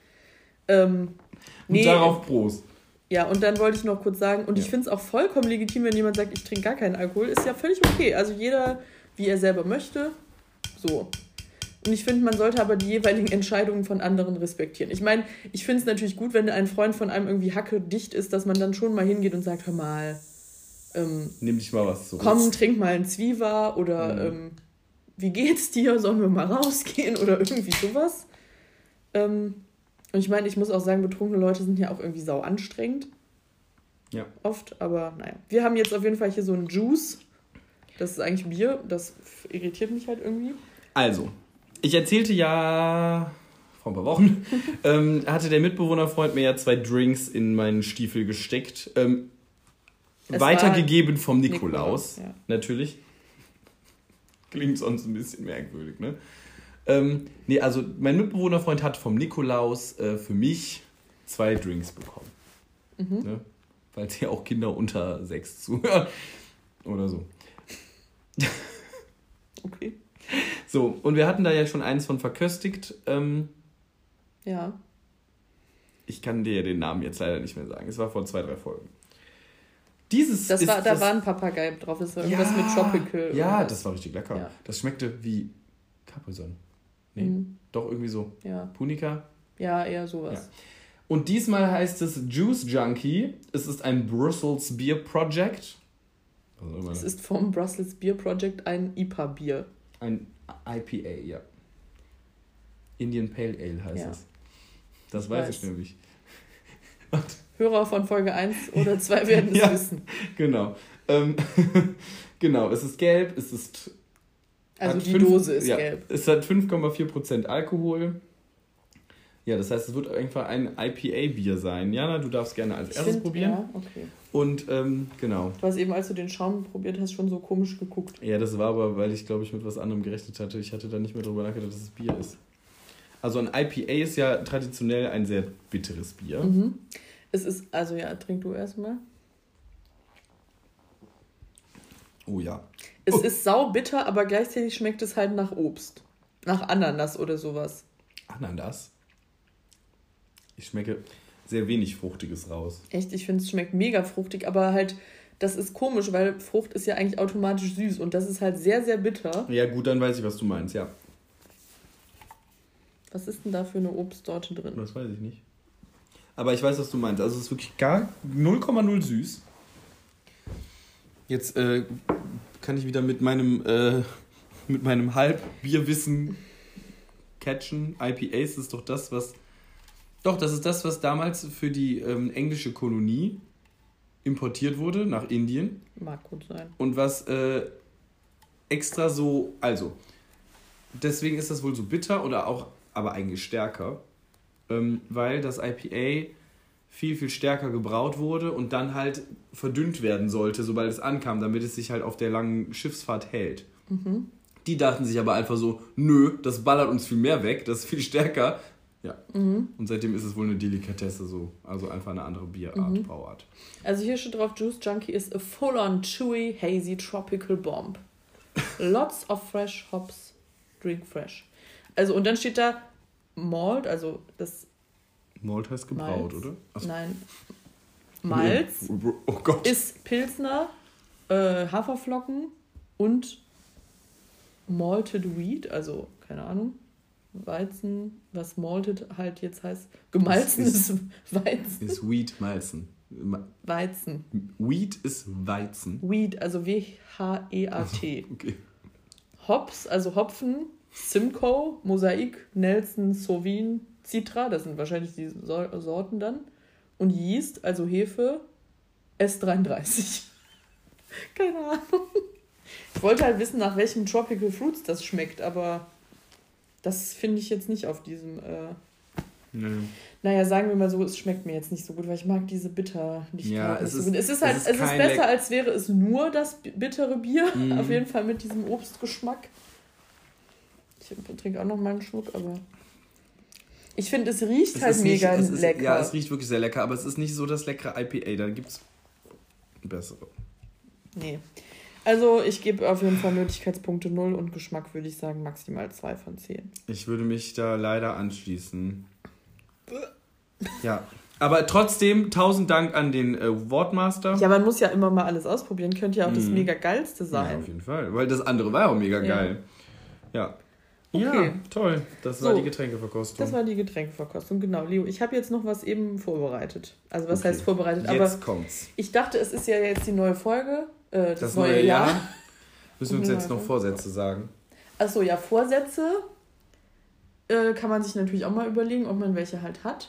Ja. ähm, Und nee, darauf Prost. Ja, und dann wollte ich noch kurz sagen, und ja. ich finde es auch vollkommen legitim, wenn jemand sagt, ich trinke gar keinen Alkohol, ist ja völlig okay. Also jeder, wie er selber möchte, so. Und ich finde, man sollte aber die jeweiligen Entscheidungen von anderen respektieren. Ich meine, ich finde es natürlich gut, wenn ein Freund von einem irgendwie hackedicht ist, dass man dann schon mal hingeht und sagt, hör mal, ähm, nimm dich mal was zurück. Komm, trink mal einen Zwieber oder mhm. ähm, wie geht's dir, sollen wir mal rausgehen oder irgendwie sowas. Ähm, Und ich meine, ich muss auch sagen, betrunkene Leute sind ja auch irgendwie sau anstrengend. Ja. Oft, aber naja. Wir haben jetzt auf jeden Fall hier so einen Juice. Das ist eigentlich Bier. Das irritiert mich halt irgendwie. Also, ich erzählte ja vor ein paar Wochen, ähm, hatte der Mitbewohnerfreund mir ja zwei Drinks in meinen Stiefel gesteckt. Ähm, weitergegeben vom Nikolaus, Nikolaus ja. natürlich. Klingt sonst ein bisschen merkwürdig, ne? Ähm, nee, also mein Mitbewohnerfreund hat vom Nikolaus äh, für mich zwei Drinks bekommen. Mhm. Ne? Falls hier auch Kinder unter sechs zuhören. Oder so. Okay. So, und wir hatten da ja schon eins von verköstigt. Ähm, ja. Ich kann dir den Namen jetzt leider nicht mehr sagen. Es war vor zwei, drei Folgen. Dieses das ist war, da das, war ein Papagei drauf. Das war irgendwas ja, mit Tropical. Ja, oder das war richtig lecker. Ja. Das schmeckte wie Capri-Sonne. Nee, mhm. doch irgendwie so. Ja. Punika? Ja, eher sowas. Ja. Und diesmal heißt es Juice Junkie. Es ist ein Brussels Beer Project. Es ist vom Brussels Beer Project ein I P A-Bier. Ein I P A, ja. Indian Pale Ale heißt ja. es. Das ich weiß, weiß ich nämlich. Und Hörer von Folge eins oder zwei werden es ja, wissen. Genau. Ähm, genau, es ist gelb, es ist... Also die fünf, Dose ist ja, gelb. Es hat fünf Komma vier Prozent Alkohol. Ja, das heißt, es wird einfach ein I P A-Bier sein. Jana, du darfst gerne als ich erstes find, probieren. Ja, okay. Und, ähm, genau. Du hast eben, als du den Schaum probiert hast, schon so komisch geguckt. Ja, das war aber, weil ich, glaube ich, mit was anderem gerechnet hatte. Ich hatte da nicht mehr drüber nachgedacht, dass es Bier ist. Also ein I P A ist ja traditionell ein sehr bitteres Bier. Mhm. Es ist, also ja, trink du erstmal. Oh ja. Es oh. ist saubitter, aber gleichzeitig schmeckt es halt nach Obst. Nach Ananas oder sowas. Ananas? Ich schmecke sehr wenig Fruchtiges raus. Echt? Ich finde, es schmeckt mega fruchtig, aber halt, das ist komisch, weil Frucht ist ja eigentlich automatisch süß und das ist halt sehr, sehr bitter. Ja gut, dann weiß ich, was du meinst, ja. Was ist denn da für eine Obstsorte drin? Das weiß ich nicht. Aber ich weiß, was du meinst. Also es ist wirklich gar null Komma null süß. Jetzt äh, kann ich wieder mit meinem, äh, mit meinem Halbbierwissen catchen. I P As ist doch das, was... Doch, das ist das, was damals für die ähm, englische Kolonie importiert wurde nach Indien. Mag gut sein. Und was äh, extra so... Also, deswegen ist das wohl so bitter oder auch aber eigentlich stärker. Ähm, weil das I P A viel, viel stärker gebraut wurde und dann halt verdünnt werden sollte, sobald es ankam, damit es sich halt auf der langen Schiffsfahrt hält. Mhm. Die dachten sich aber einfach so, nö, das ballert uns viel mehr weg, das ist viel stärker. Ja. Mhm. Und seitdem ist es wohl eine Delikatesse so. Also einfach eine andere Bierart, mhm. Brauart. Also hier steht drauf, Juice Junkie is a full-on chewy, hazy, tropical bomb. Lots of fresh hops, drink fresh. Also und dann steht da Malt, also das... Malt heißt gebraut, Malz. oder? Achso. Nein. Malz oh Gott. ist Pilsner, äh, Haferflocken und Malted Wheat, also keine Ahnung, Weizen, was malted halt jetzt heißt. Gemalzen ist, ist Weizen. Ist Wheat Malzen. Weizen. Wheat ist Weizen. Wheat, also W H E A T. Okay. Hops, also Hopfen, Simcoe, Mosaik, Nelson, Sauvin, Citra, das sind wahrscheinlich die Sorten dann. Und Yeast, also Hefe, S dreiunddreißig. Keine Ahnung. Ich wollte halt wissen, nach welchem Tropical Fruits das schmeckt, aber das finde ich jetzt nicht auf diesem... Äh nee. Naja, sagen wir mal so, es schmeckt mir jetzt nicht so gut, weil ich mag diese Bitterlichkeit ja, nicht es so ist, gut. Es ist halt, es ist, es ist besser, Leck- als wäre es nur das bittere Bier. Mhm. Auf jeden Fall mit diesem Obstgeschmack. Ich trinke auch noch mal einen Schluck, aber... Ich finde, es riecht es halt mega nicht, es lecker. Ist, ja, es riecht wirklich sehr lecker, aber es ist nicht so das leckere I P A. Da gibt es bessere. Nee. Also ich gebe auf jeden Fall Nötigkeitspunkte null und Geschmack würde ich sagen maximal zwei von zehn. Ich würde mich da leider anschließen. Ja, aber trotzdem tausend Dank an den äh, Wortmaster. Ja, man muss ja immer mal alles ausprobieren. Könnte ja auch mm. das mega geilste sein. Ja, auf jeden Fall. Weil das andere war ja auch mega ja. geil. Ja. Okay. Ja, toll. Das war so, die Getränkeverkostung. Das war die Getränkeverkostung, genau. Leo, ich habe jetzt noch was eben vorbereitet. Also was okay. heißt vorbereitet? Jetzt aber kommt's. Ich dachte, es ist ja jetzt die neue Folge, äh, das, das neue, neue Jahr. Jahr. Müssen wir uns jetzt noch Vorsätze sagen? Achso, ja, Vorsätze äh, kann man sich natürlich auch mal überlegen, ob man welche halt hat.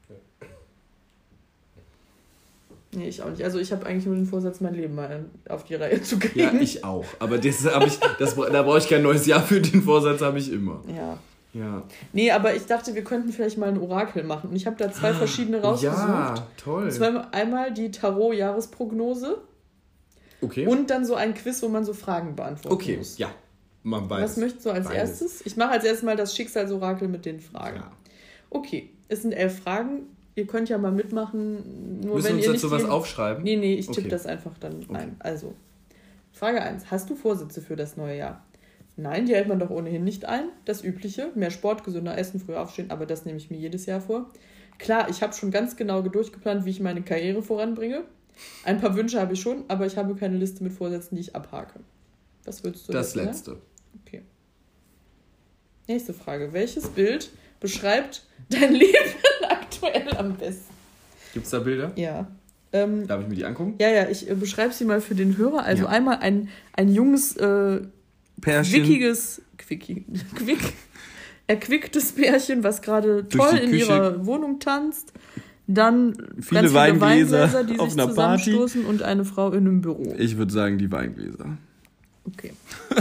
Nee, ich auch nicht. Also ich habe eigentlich nur den Vorsatz, mein Leben mal auf die Reihe zu kriegen. Ja, ich auch. Aber das hab ich, das, da brauche ich kein neues Jahr für. Den Vorsatz habe ich immer. Ja. Ja. Nee, aber ich dachte, wir könnten vielleicht mal ein Orakel machen. Und ich habe da zwei verschiedene rausgesucht. Ja, toll. Und zwar einmal die Tarot-Jahresprognose. Okay. Und dann so ein Quiz, wo man so Fragen beantworten okay. muss. Okay, ja. Man weiß. Was möchtest du als Beides. erstes? Ich mache als erstes mal das Schicksalsorakel mit den Fragen. Ja. Okay, es sind elf Fragen. Ihr könnt ja mal mitmachen. Nur Müssen wenn wir uns ihr dazu nicht was aufschreiben? Nee, nee, ich tippe okay. das einfach dann okay. ein. Also, Frage eins. Hast du Vorsätze für das neue Jahr? Nein, die hält man doch ohnehin nicht ein. Das Übliche. Mehr Sport, gesünder essen, früher aufstehen. Aber das nehme ich mir jedes Jahr vor. Klar, ich habe schon ganz genau durchgeplant, wie ich meine Karriere voranbringe. Ein paar Wünsche habe ich schon, aber ich habe keine Liste mit Vorsätzen, die ich abhake. Was würdest du? Das wissen, letzte. Ja? Okay. Nächste Frage. Welches Bild beschreibt dein Leben aktuell am besten? Gibt es da Bilder? Ja. Ähm, Darf ich mir die angucken? Ja, ja, ich äh, beschreibe sie mal für den Hörer. Also ja. einmal ein, ein junges, äh, Pärchen. quickiges, quickig, quick, erquicktes Pärchen, was gerade toll in Küche. ihrer Wohnung tanzt. Dann viele, ganz viele Weingläser, Weingläser, die auf sich einer zusammenstoßen und eine Frau in einem Büro. Ich würde sagen, die Weingläser. Okay.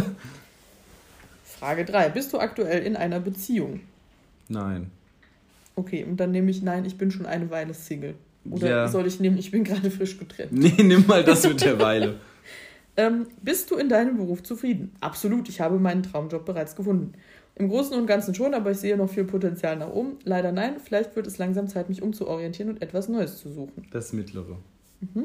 Frage drei. Bist du aktuell in einer Beziehung? Nein. Okay, und dann nehme ich, nein, ich bin schon eine Weile Single. Oder Ja. soll ich nehmen, ich bin gerade frisch getrennt? Nee, nimm mal das mit der Weile. Ähm, bist du in deinem Beruf zufrieden? Absolut, ich habe meinen Traumjob bereits gefunden. Im Großen und Ganzen schon, aber ich sehe noch viel Potenzial nach oben. Leider nein, vielleicht wird es langsam Zeit, mich umzuorientieren und etwas Neues zu suchen. Das Mittlere. Mhm.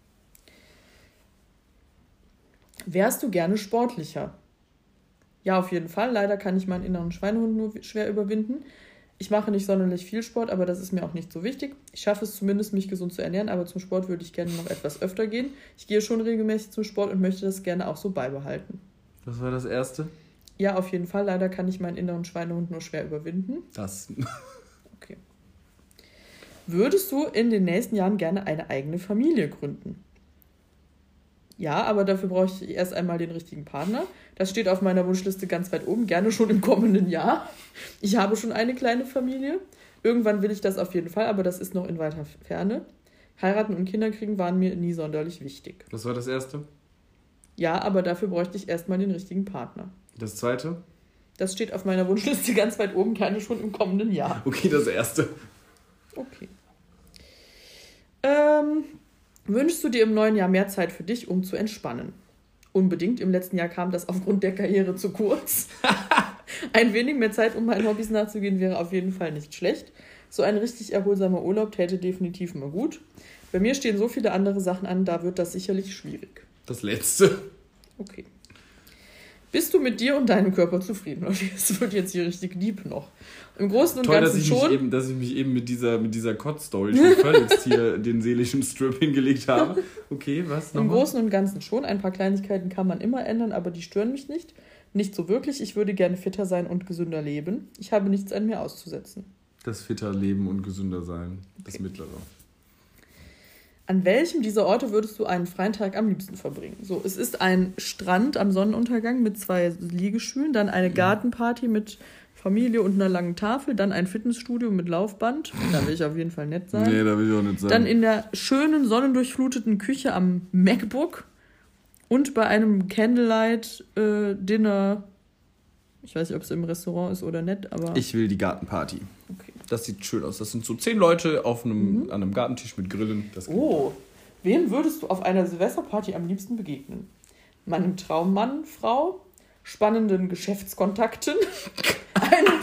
Wärst du gerne sportlicher? Ja, auf jeden Fall. Leider kann ich meinen inneren Schweinehund nur schwer überwinden. Ich mache nicht sonderlich viel Sport, aber das ist mir auch nicht so wichtig. Ich schaffe es zumindest, mich gesund zu ernähren, aber zum Sport würde ich gerne noch etwas öfter gehen. Ich gehe schon regelmäßig zum Sport und möchte das gerne auch so beibehalten. Was war das Erste? Ja, auf jeden Fall. Leider kann ich meinen inneren Schweinehund nur schwer überwinden. Das. Okay. Würdest du in den nächsten Jahren gerne eine eigene Familie gründen? Ja, aber dafür brauche ich erst einmal den richtigen Partner. Das steht auf meiner Wunschliste ganz weit oben, gerne schon im kommenden Jahr. Ich habe schon eine kleine Familie. Irgendwann will ich das auf jeden Fall, aber das ist noch in weiter Ferne. Heiraten und Kinder kriegen waren mir nie sonderlich wichtig. Was war das Erste? Ja, aber dafür bräuchte ich erstmal den richtigen Partner. Das Zweite? Das steht auf meiner Wunschliste ganz weit oben, gerne schon im kommenden Jahr. Okay, das Erste. Okay. Ähm, wünschst du dir im neuen Jahr mehr Zeit für dich, um zu entspannen? Unbedingt. Im letzten Jahr kam das aufgrund der Karriere zu kurz. Ein wenig mehr Zeit, um meinen Hobbys nachzugehen, wäre auf jeden Fall nicht schlecht. So ein richtig erholsamer Urlaub täte definitiv mal gut. Bei mir stehen so viele andere Sachen an, da wird das sicherlich schwierig. Das Letzte. Okay. Bist du mit dir und deinem Körper zufrieden? Das wird jetzt hier richtig deep noch. Im Großen und Toll, Ganzen dass ich, schon. mich eben, dass ich mich eben mit dieser, mit dieser Kotz-Story schon völlig hier den seelischen Strip hingelegt habe. Okay, was Im nochmal? Großen und Ganzen schon. Ein paar Kleinigkeiten kann man immer ändern, aber die stören mich nicht. Nicht so wirklich. Ich würde gerne fitter sein und gesünder leben. Ich habe nichts an mir auszusetzen. Das fitter Leben und gesünder sein. Das Okay. Mittlere. An welchem dieser Orte würdest du einen freien Tag am liebsten verbringen? So, es ist ein Strand am Sonnenuntergang mit zwei Liegestühlen, dann eine Gartenparty mit Familie und einer langen Tafel, dann ein Fitnessstudio mit Laufband. Da will ich auf jeden Fall nett sein. Nee, da will ich auch nicht sein. Dann in der schönen, sonnendurchfluteten Küche am MacBook und bei einem Candlelight-Dinner. Ich weiß nicht, ob es im Restaurant ist oder nicht, aber... Ich will die Gartenparty. Okay. Das sieht schön aus. Das sind so zehn Leute auf einem, Mhm. an einem Gartentisch mit Grillen. Das klingt Oh, wem würdest du auf einer Silvesterparty am liebsten begegnen? Meinem Traummann, Frau, spannenden Geschäftskontakten, einem,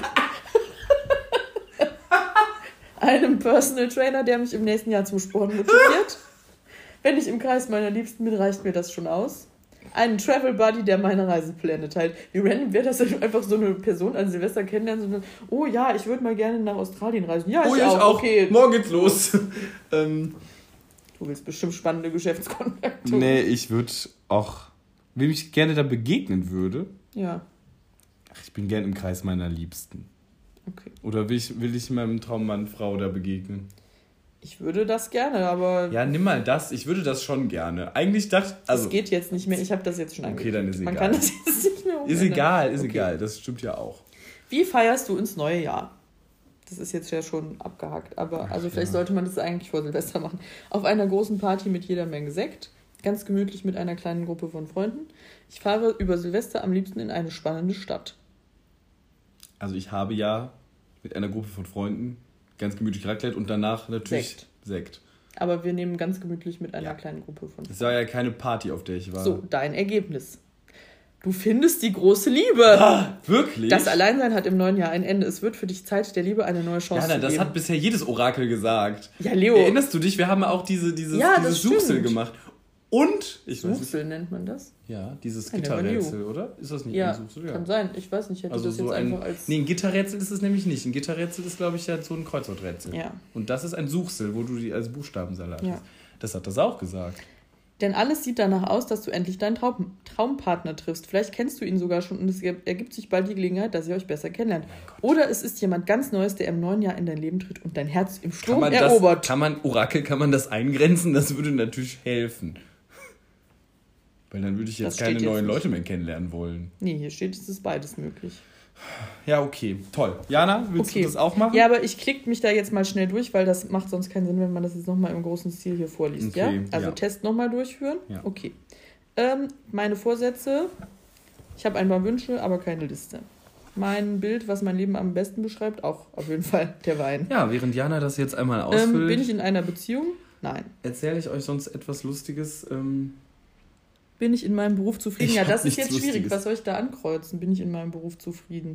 einem Personal Trainer, der mich im nächsten Jahr zum Sport motiviert. Wenn ich im Kreis meiner Liebsten bin, reicht mir das schon aus. Einen Travel Buddy, der meine Reisepläne teilt. Wie random wäre das, wenn du einfach so eine Person an Silvester kennenlernst und dann, oh ja, ich würde mal gerne nach Australien reisen. Ja, Oh, ich, ja, ich auch. auch. Okay. Morgen geht's los. ähm, Du willst bestimmt spannende Geschäftskontakte. nee, ich würde auch, wem ich gerne da begegnen würde, Ja, ach, ich bin gern im Kreis meiner Liebsten. okay. Oder will ich, will ich meinem Traummann, Frau da begegnen? Ich würde das gerne, aber Ja, nimm mal das. Ich würde das schon gerne. Eigentlich dachte also es geht jetzt nicht mehr. Ich habe das jetzt schon Okay, angeklickt. dann ist Man egal. kann das jetzt nicht mehr Ist umändern. egal, ist Okay. egal. Das stimmt ja auch. Wie feierst du ins neue Jahr? Das ist jetzt ja schon abgehakt, aber also vielleicht ja. sollte man das eigentlich vor Silvester machen. Auf einer großen Party mit jeder Menge Sekt, ganz gemütlich mit einer kleinen Gruppe von Freunden. Ich fahre über Silvester am liebsten in eine spannende Stadt. Also ich habe ja mit einer Gruppe von Freunden ganz gemütlich Raclette und danach natürlich Sekt. Sekt. Aber wir nehmen ganz gemütlich mit einer Ja. kleinen Gruppe von Es Freunden. war ja keine Party, auf der ich war. So, dein Ergebnis. Du findest die große Liebe. Ah, wirklich? Das Alleinsein hat im neuen Jahr ein Ende. Es wird für dich Zeit, der Liebe eine neue Chance ja, nein, zu das geben. hat bisher jedes Orakel gesagt. Ja, Leo. Erinnerst du dich? Wir haben auch diese, dieses, Ja, dieses das stimmt. Suchsel gemacht. Und, ich weiß nicht, Suchsel nennt man das? ja, dieses I never Gitterrätsel, oder? Ist das nicht Ja, ein Suchsel? Ja. kann sein. Ich weiß nicht, ich hätte Also das jetzt so ein, einfach als... nee, ein Gitterrätsel ist es nämlich nicht. Ein Gitterrätsel ist, glaube ich, ja so ein Kreuzworträtsel. Ja. Und das ist ein Suchsel, wo du die als Buchstabensalat Ja. hast. Das hat das auch gesagt. Denn alles sieht danach aus, dass du endlich deinen Traum, Traumpartner triffst. Vielleicht kennst du ihn sogar schon und es ergibt sich bald die Gelegenheit, dass ihr euch besser kennenlernt. Oder es ist jemand ganz Neues, der im neuen Jahr in dein Leben tritt und dein Herz im Sturm kann erobert. Das, kann man, Orakel, kann man das eingrenzen? Das würde natürlich helfen. Weil dann würde ich jetzt keine neuen jetzt Leute mehr kennenlernen wollen. Nee, hier steht, es ist beides möglich. Ja, okay. Toll. Jana, willst okay. du das auch machen? Ja, aber ich klicke mich da jetzt mal schnell durch, weil das macht sonst keinen Sinn, wenn man das jetzt nochmal im großen Stil hier vorliest. Okay, ja? Also ja. Test nochmal durchführen? Ja. Okay. Ähm, meine Vorsätze. Ich habe ein paar Wünsche, aber keine Liste. Mein Bild, was mein Leben am besten beschreibt, auch auf jeden Fall der Wein. Ja, während Jana das jetzt einmal ausfüllt. Ähm, bin ich in einer Beziehung? Nein. Erzähle ich euch sonst etwas Lustiges? Ähm Bin ich in meinem Beruf zufrieden? Ich ja, das ist jetzt Lustiges. schwierig. Was soll ich da ankreuzen? Bin ich in meinem Beruf zufrieden?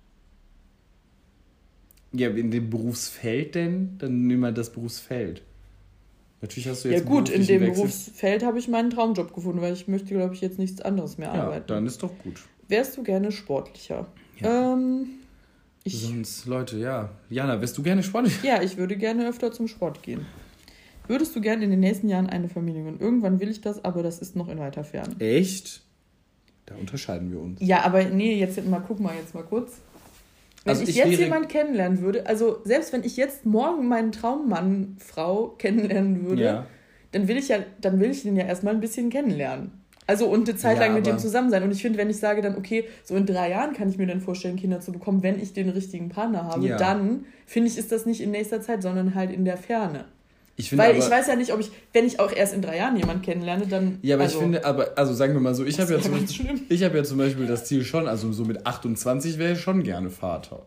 Ja, in dem Berufsfeld denn? Dann nimm mal das Berufsfeld. Natürlich hast du jetzt Ja gut, in dem Wechsel. Berufsfeld habe ich meinen Traumjob gefunden, weil ich möchte, glaube ich, jetzt nichts anderes mehr ja, arbeiten. Dann ist doch gut. Wärst du gerne sportlicher? Ja. Ähm, ich, Sonst, Leute, ja. Jana, wärst du gerne sportlicher? Ja, ich würde gerne öfter zum Sport gehen. Würdest du gerne in den nächsten Jahren eine Familie gründen? Irgendwann will ich das, aber das ist noch in weiter Ferne. Echt? Da unterscheiden wir uns. Ja, aber nee, jetzt mal, guck mal jetzt mal kurz. Wenn also ich, ich jetzt wäre... jemanden kennenlernen würde, also selbst wenn ich jetzt morgen meinen Traummann, Frau kennenlernen würde, ja. dann will ich ja, dann will ich den ja erstmal ein bisschen kennenlernen. Also und eine Zeit ja, lang mit dem zusammen sein. Und ich finde, wenn ich sage dann, okay, so in drei Jahren kann ich mir dann vorstellen, Kinder zu bekommen, wenn ich den richtigen Partner habe, ja. dann finde ich, ist das nicht in nächster Zeit, sondern halt in der Ferne. Ich Weil aber, ich weiß ja nicht, ob ich, wenn ich auch erst in drei Jahren jemanden kennenlerne, dann... Ja, aber also, ich finde, aber also sagen wir mal so, ich habe ja, ja, ich hab ja zum Beispiel das Ziel schon, also so mit achtundzwanzig wäre ich schon gerne Vater.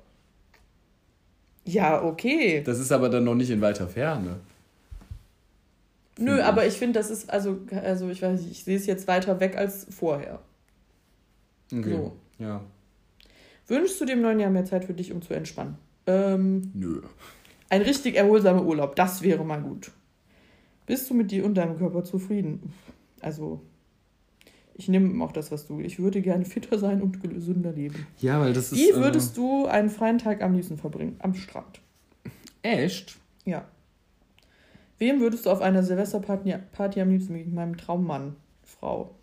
Ja, okay. Das ist aber dann noch nicht in weiter Ferne. Nö, ich. aber ich finde, das ist, also, also ich weiß nicht, ich sehe es jetzt weiter weg als vorher. Okay, so. Ja. Wünschst du dem neuen Jahr mehr Zeit für dich, um zu entspannen? Ähm, Nö. Ein richtig erholsamer Urlaub, das wäre mal gut. Bist du mit dir und deinem Körper zufrieden? Also, ich nehme auch das, was du... Ich würde gerne fitter sein und gesünder leben. Ja, weil das ist... Wie würdest äh, du einen freien Tag am liebsten verbringen? Am Strand. Echt? Ja. Wem würdest du auf einer Silvesterparty Party am liebsten mit meinem Traummann, Frau?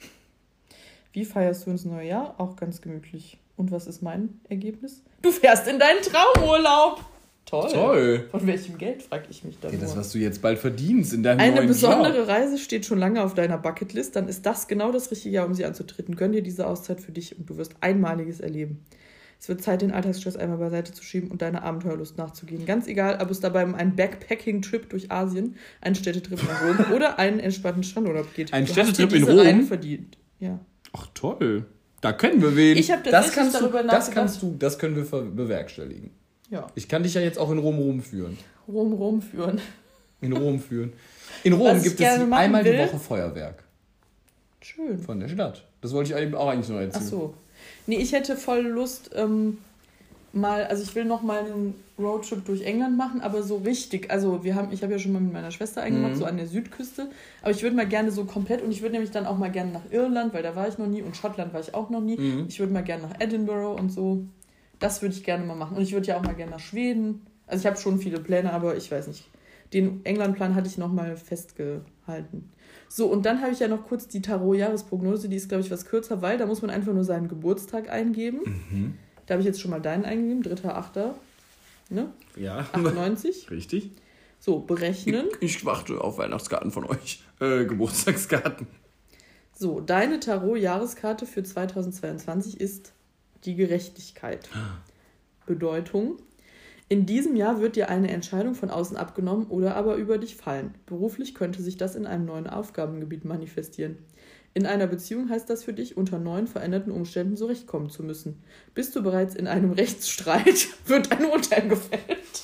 Wie feierst du ins neue Jahr? Auch ganz gemütlich. Und was ist mein Ergebnis? Du fährst in deinen Traumurlaub! Toll. Toll. Von welchem Geld, frage ich mich dann. Ja, das, was du jetzt bald verdienst in deinem Eine neuen besondere Job. Reise steht schon lange auf deiner Bucketlist, dann ist das genau das richtige Jahr, um sie anzutreten. Gönn dir diese Auszeit für dich und du wirst Einmaliges erleben. Es wird Zeit, den Alltagsstress einmal beiseite zu schieben und deiner Abenteuerlust nachzugehen. Ganz egal, ob es dabei um einen Backpacking-Trip durch Asien, einen Städtetrip nach Rom oder einen entspannten Strandurlaub geht. Ein du Städtetrip in Rom? Verdient. Ja. Ach toll. Da können wir wen. Ich habe das kannst darüber du, das kannst du, das können wir bewerkstelligen. Ja. Ich kann dich ja jetzt auch in Rom rumführen. Rom rumführen. In Rom führen. In Rom gibt es einmal will. die Woche Feuerwerk. Schön. Von der Stadt. Das wollte ich eben auch eigentlich nur erzählen. Ach so. Nee, ich hätte voll Lust, ähm, mal, also ich will noch mal einen Roadtrip durch England machen, aber so richtig, also wir haben, ich habe ja schon mal mit meiner Schwester eingemacht, mhm. so an der Südküste, aber ich würde mal gerne so komplett, und ich würde nämlich dann auch mal gerne nach Irland, weil da war ich noch nie, und Schottland war ich auch noch nie. Mhm. Ich würde mal gerne nach Edinburgh und so. Das würde ich gerne mal machen. Und ich würde ja auch mal gerne nach Schweden. Also ich habe schon viele Pläne, aber ich weiß nicht. Den England-Plan hatte ich noch mal festgehalten. So, und dann habe ich ja noch kurz die Tarot-Jahresprognose. Die ist, glaube ich, was kürzer, weil da muss man einfach nur seinen Geburtstag eingeben. Mhm. Da habe ich jetzt schon mal deinen eingegeben, dritter achter Ne? Ja. achtundneunzig Richtig. So, berechnen. Ich, ich warte auf Weihnachtskarten von euch. Äh, Geburtstagskarten. So, deine Tarot-Jahreskarte für zweitausendzweiundzwanzig ist die Gerechtigkeit. Bedeutung: In diesem Jahr wird dir eine Entscheidung von außen abgenommen oder aber über dich fallen. Beruflich könnte sich das in einem neuen Aufgabengebiet manifestieren. In einer Beziehung heißt das für dich, unter neuen veränderten Umständen zurechtkommen zu müssen. Bist du bereits in einem Rechtsstreit, wird ein Urteil gefällt.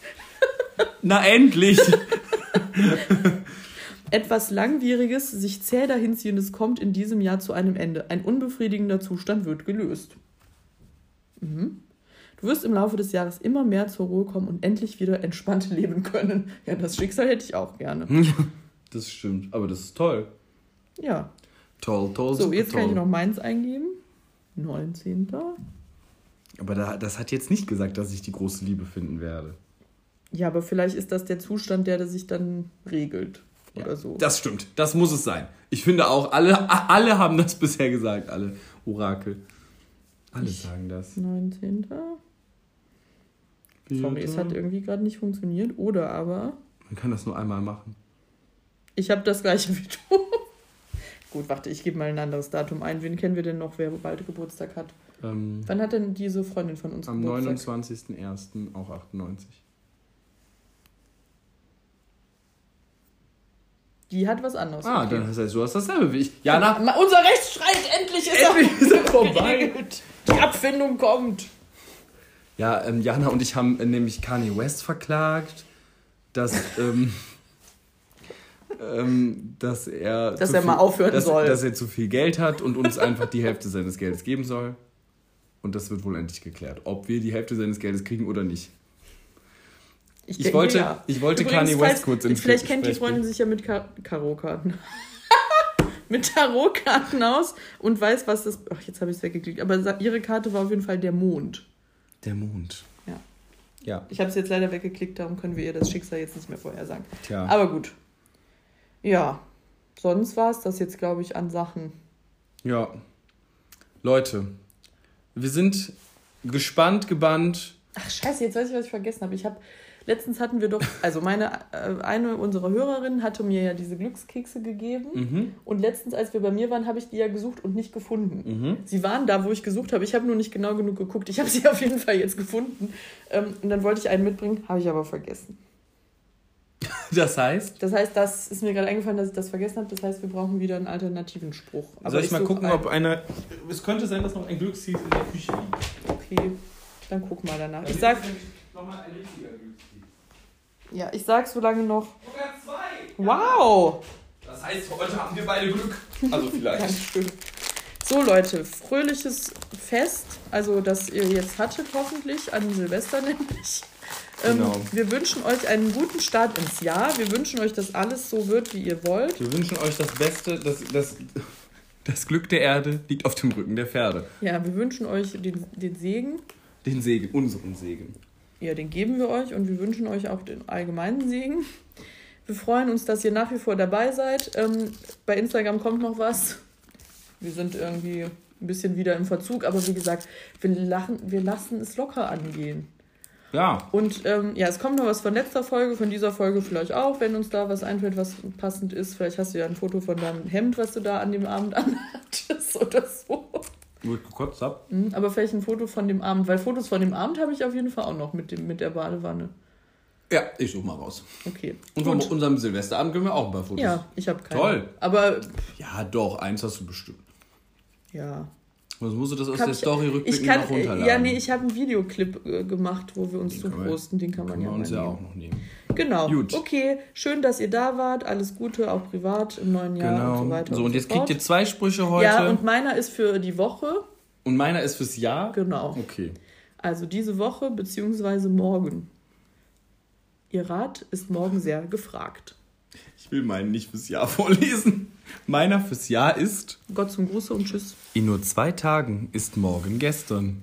Na endlich! Etwas Langwieriges, sich zäh dahinziehendes kommt in diesem Jahr zu einem Ende. Ein unbefriedigender Zustand wird gelöst. Mhm. Du wirst im Laufe des Jahres immer mehr zur Ruhe kommen und endlich wieder entspannt leben können. Ja, das Schicksal hätte ich auch gerne. Das stimmt, aber das ist toll. Ja. Toll, toll, So, jetzt toll. kann ich noch meins eingeben. neunzehnter Aber da, das hat jetzt nicht gesagt, dass ich die große Liebe finden werde. Ja, aber vielleicht ist das der Zustand, der, der sich dann regelt. oder ja, so. Das stimmt, das muss es sein. Ich finde auch, alle, alle haben das bisher gesagt, alle Orakel. Alle ich, sagen das. neunzehnten Sorry, es hat irgendwie gerade nicht funktioniert. Oder aber... Man kann das nur einmal machen. Ich habe das gleiche wie du. Gut, warte, ich gebe mal ein anderes Datum ein. Wen kennen wir denn noch, wer bald Geburtstag hat? Ähm, Wann hat denn diese Freundin von uns am Geburtstag? Am neunundzwanzigsten ersten auch achtundneunzig. Die hat was anderes. Ah, okay. Dann heißt du hast dasselbe wie ich. Jana. Unser Rechtsstreit, endlich ist endlich er ist vorbei. Die Abfindung kommt. Ja, ähm, Jana und ich haben äh, nämlich Kanye West verklagt, dass, ähm, ähm, dass er, dass er viel, mal aufhören dass, soll. Dass er zu viel Geld hat und uns einfach die Hälfte seines Geldes geben soll. Und das wird wohl endlich geklärt, ob wir die Hälfte seines Geldes kriegen oder nicht. Ich, ich, wollte, ja. ich wollte Übrigens, Kanye West kurz im Vielleicht kennt die Freundin sich ja mit Kar- Tarotkarten. mit Tarotkarten aus und weiß, was das... Ach, jetzt habe ich es weggeklickt. Aber ihre Karte war auf jeden Fall der Mond. Der Mond. Ja. Ja. Ich habe es jetzt leider weggeklickt, darum können wir ihr das Schicksal jetzt nicht mehr vorhersagen. Tja. Aber gut. Ja. Sonst war es das jetzt, glaube ich, an Sachen. Ja. Leute, wir sind gespannt, gebannt. Ach, scheiße, jetzt weiß ich, was ich vergessen habe. Ich habe... Letztens hatten wir doch, also meine, äh, eine unserer Hörerinnen hatte mir ja diese Glückskekse gegeben. Mhm. Und letztens, als wir bei mir waren, habe ich die ja gesucht und nicht gefunden. Mhm. Sie waren da, wo ich gesucht habe. Ich habe nur nicht genau genug geguckt. Ich habe sie auf jeden Fall jetzt gefunden. Ähm, und dann wollte ich einen mitbringen, habe ich aber vergessen. Das heißt? Das heißt, das ist mir gerade eingefallen, dass ich das vergessen habe. Das heißt, wir brauchen wieder einen alternativen Spruch. Aber Soll ich, ich mal gucken, einen. ob einer... Es könnte sein, dass noch ein Glückskeks in der Küche liegt. Okay, dann guck mal danach. Ich sag... Nochmal ein richtiger Glückskeks. Ja, ich sag so lange noch... Sogar zwei! Wow! Das heißt, heute haben wir beide Glück. Also vielleicht. Dankeschön. So Leute, fröhliches Fest, also das ihr jetzt hattet hoffentlich, an Silvester nämlich. Ähm, genau. Wir wünschen euch einen guten Start ins Jahr. Wir wünschen euch, dass alles so wird, wie ihr wollt. Wir wünschen euch das Beste, das, das, das Glück der Erde liegt auf dem Rücken der Pferde. Ja, wir wünschen euch den, den Segen. Den Segen, unseren Segen. Ja, den geben wir euch und wir wünschen euch auch den allgemeinen Segen. Wir freuen uns, dass ihr nach wie vor dabei seid. Ähm, bei Instagram kommt noch was. Wir sind irgendwie ein bisschen wieder im Verzug, aber wie gesagt, wir, lachen, wir lassen es locker angehen. Ja. Und ähm, ja, es kommt noch was von letzter Folge, von dieser Folge vielleicht auch, wenn uns da was einfällt, was passend ist. Vielleicht hast du ja ein Foto von deinem Hemd, was du da an dem Abend anhattest oder so. Wo ich gekotzt habe. Aber vielleicht ein Foto von dem Abend, weil Fotos von dem Abend habe ich auf jeden Fall auch noch mit, dem, mit der Badewanne. Ja, ich suche mal raus. Okay. Und von unserem Silvesterabend können wir auch ein paar Fotos. Ja, ich habe keine. Toll. Aber... Ja, doch, eins hast du bestimmt. Ja. Was musst du das aus Hab der ich, Story rückblickend kann, noch runterladen? Ja, nee, ich habe einen Videoclip äh, gemacht, wo wir uns zuprosten. Den kann man ja wir uns mal ja nehmen. auch noch nehmen. Genau. Gut. Okay, schön, dass ihr da wart. Alles Gute, auch privat im neuen Jahr genau. und so weiter. So, und, und jetzt so kriegt ihr zwei Sprüche heute. Ja, und meiner ist für die Woche. Und meiner ist fürs Jahr? Genau. Okay. Also diese Woche beziehungsweise morgen. Ihr Rat ist morgen sehr gefragt. Ich will meinen nicht fürs Jahr vorlesen. Meiner fürs Jahr ist... Gott zum Gruße und Tschüss. In nur zwei Tagen ist morgen gestern.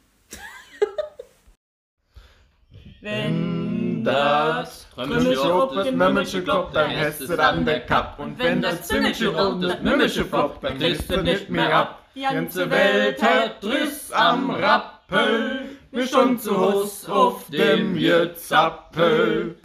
Wenn das Trömmelsche rot, das Mömmelsche kloppt, dann hättest du dann der Kapp. Und wenn das Zimmersche rot, das Mömmelsche floppt, dann kriegst du nicht mehr ab. Die ganze Welt hat Driss am Rappel, wir schon zu Hus auf dem Jetzappel.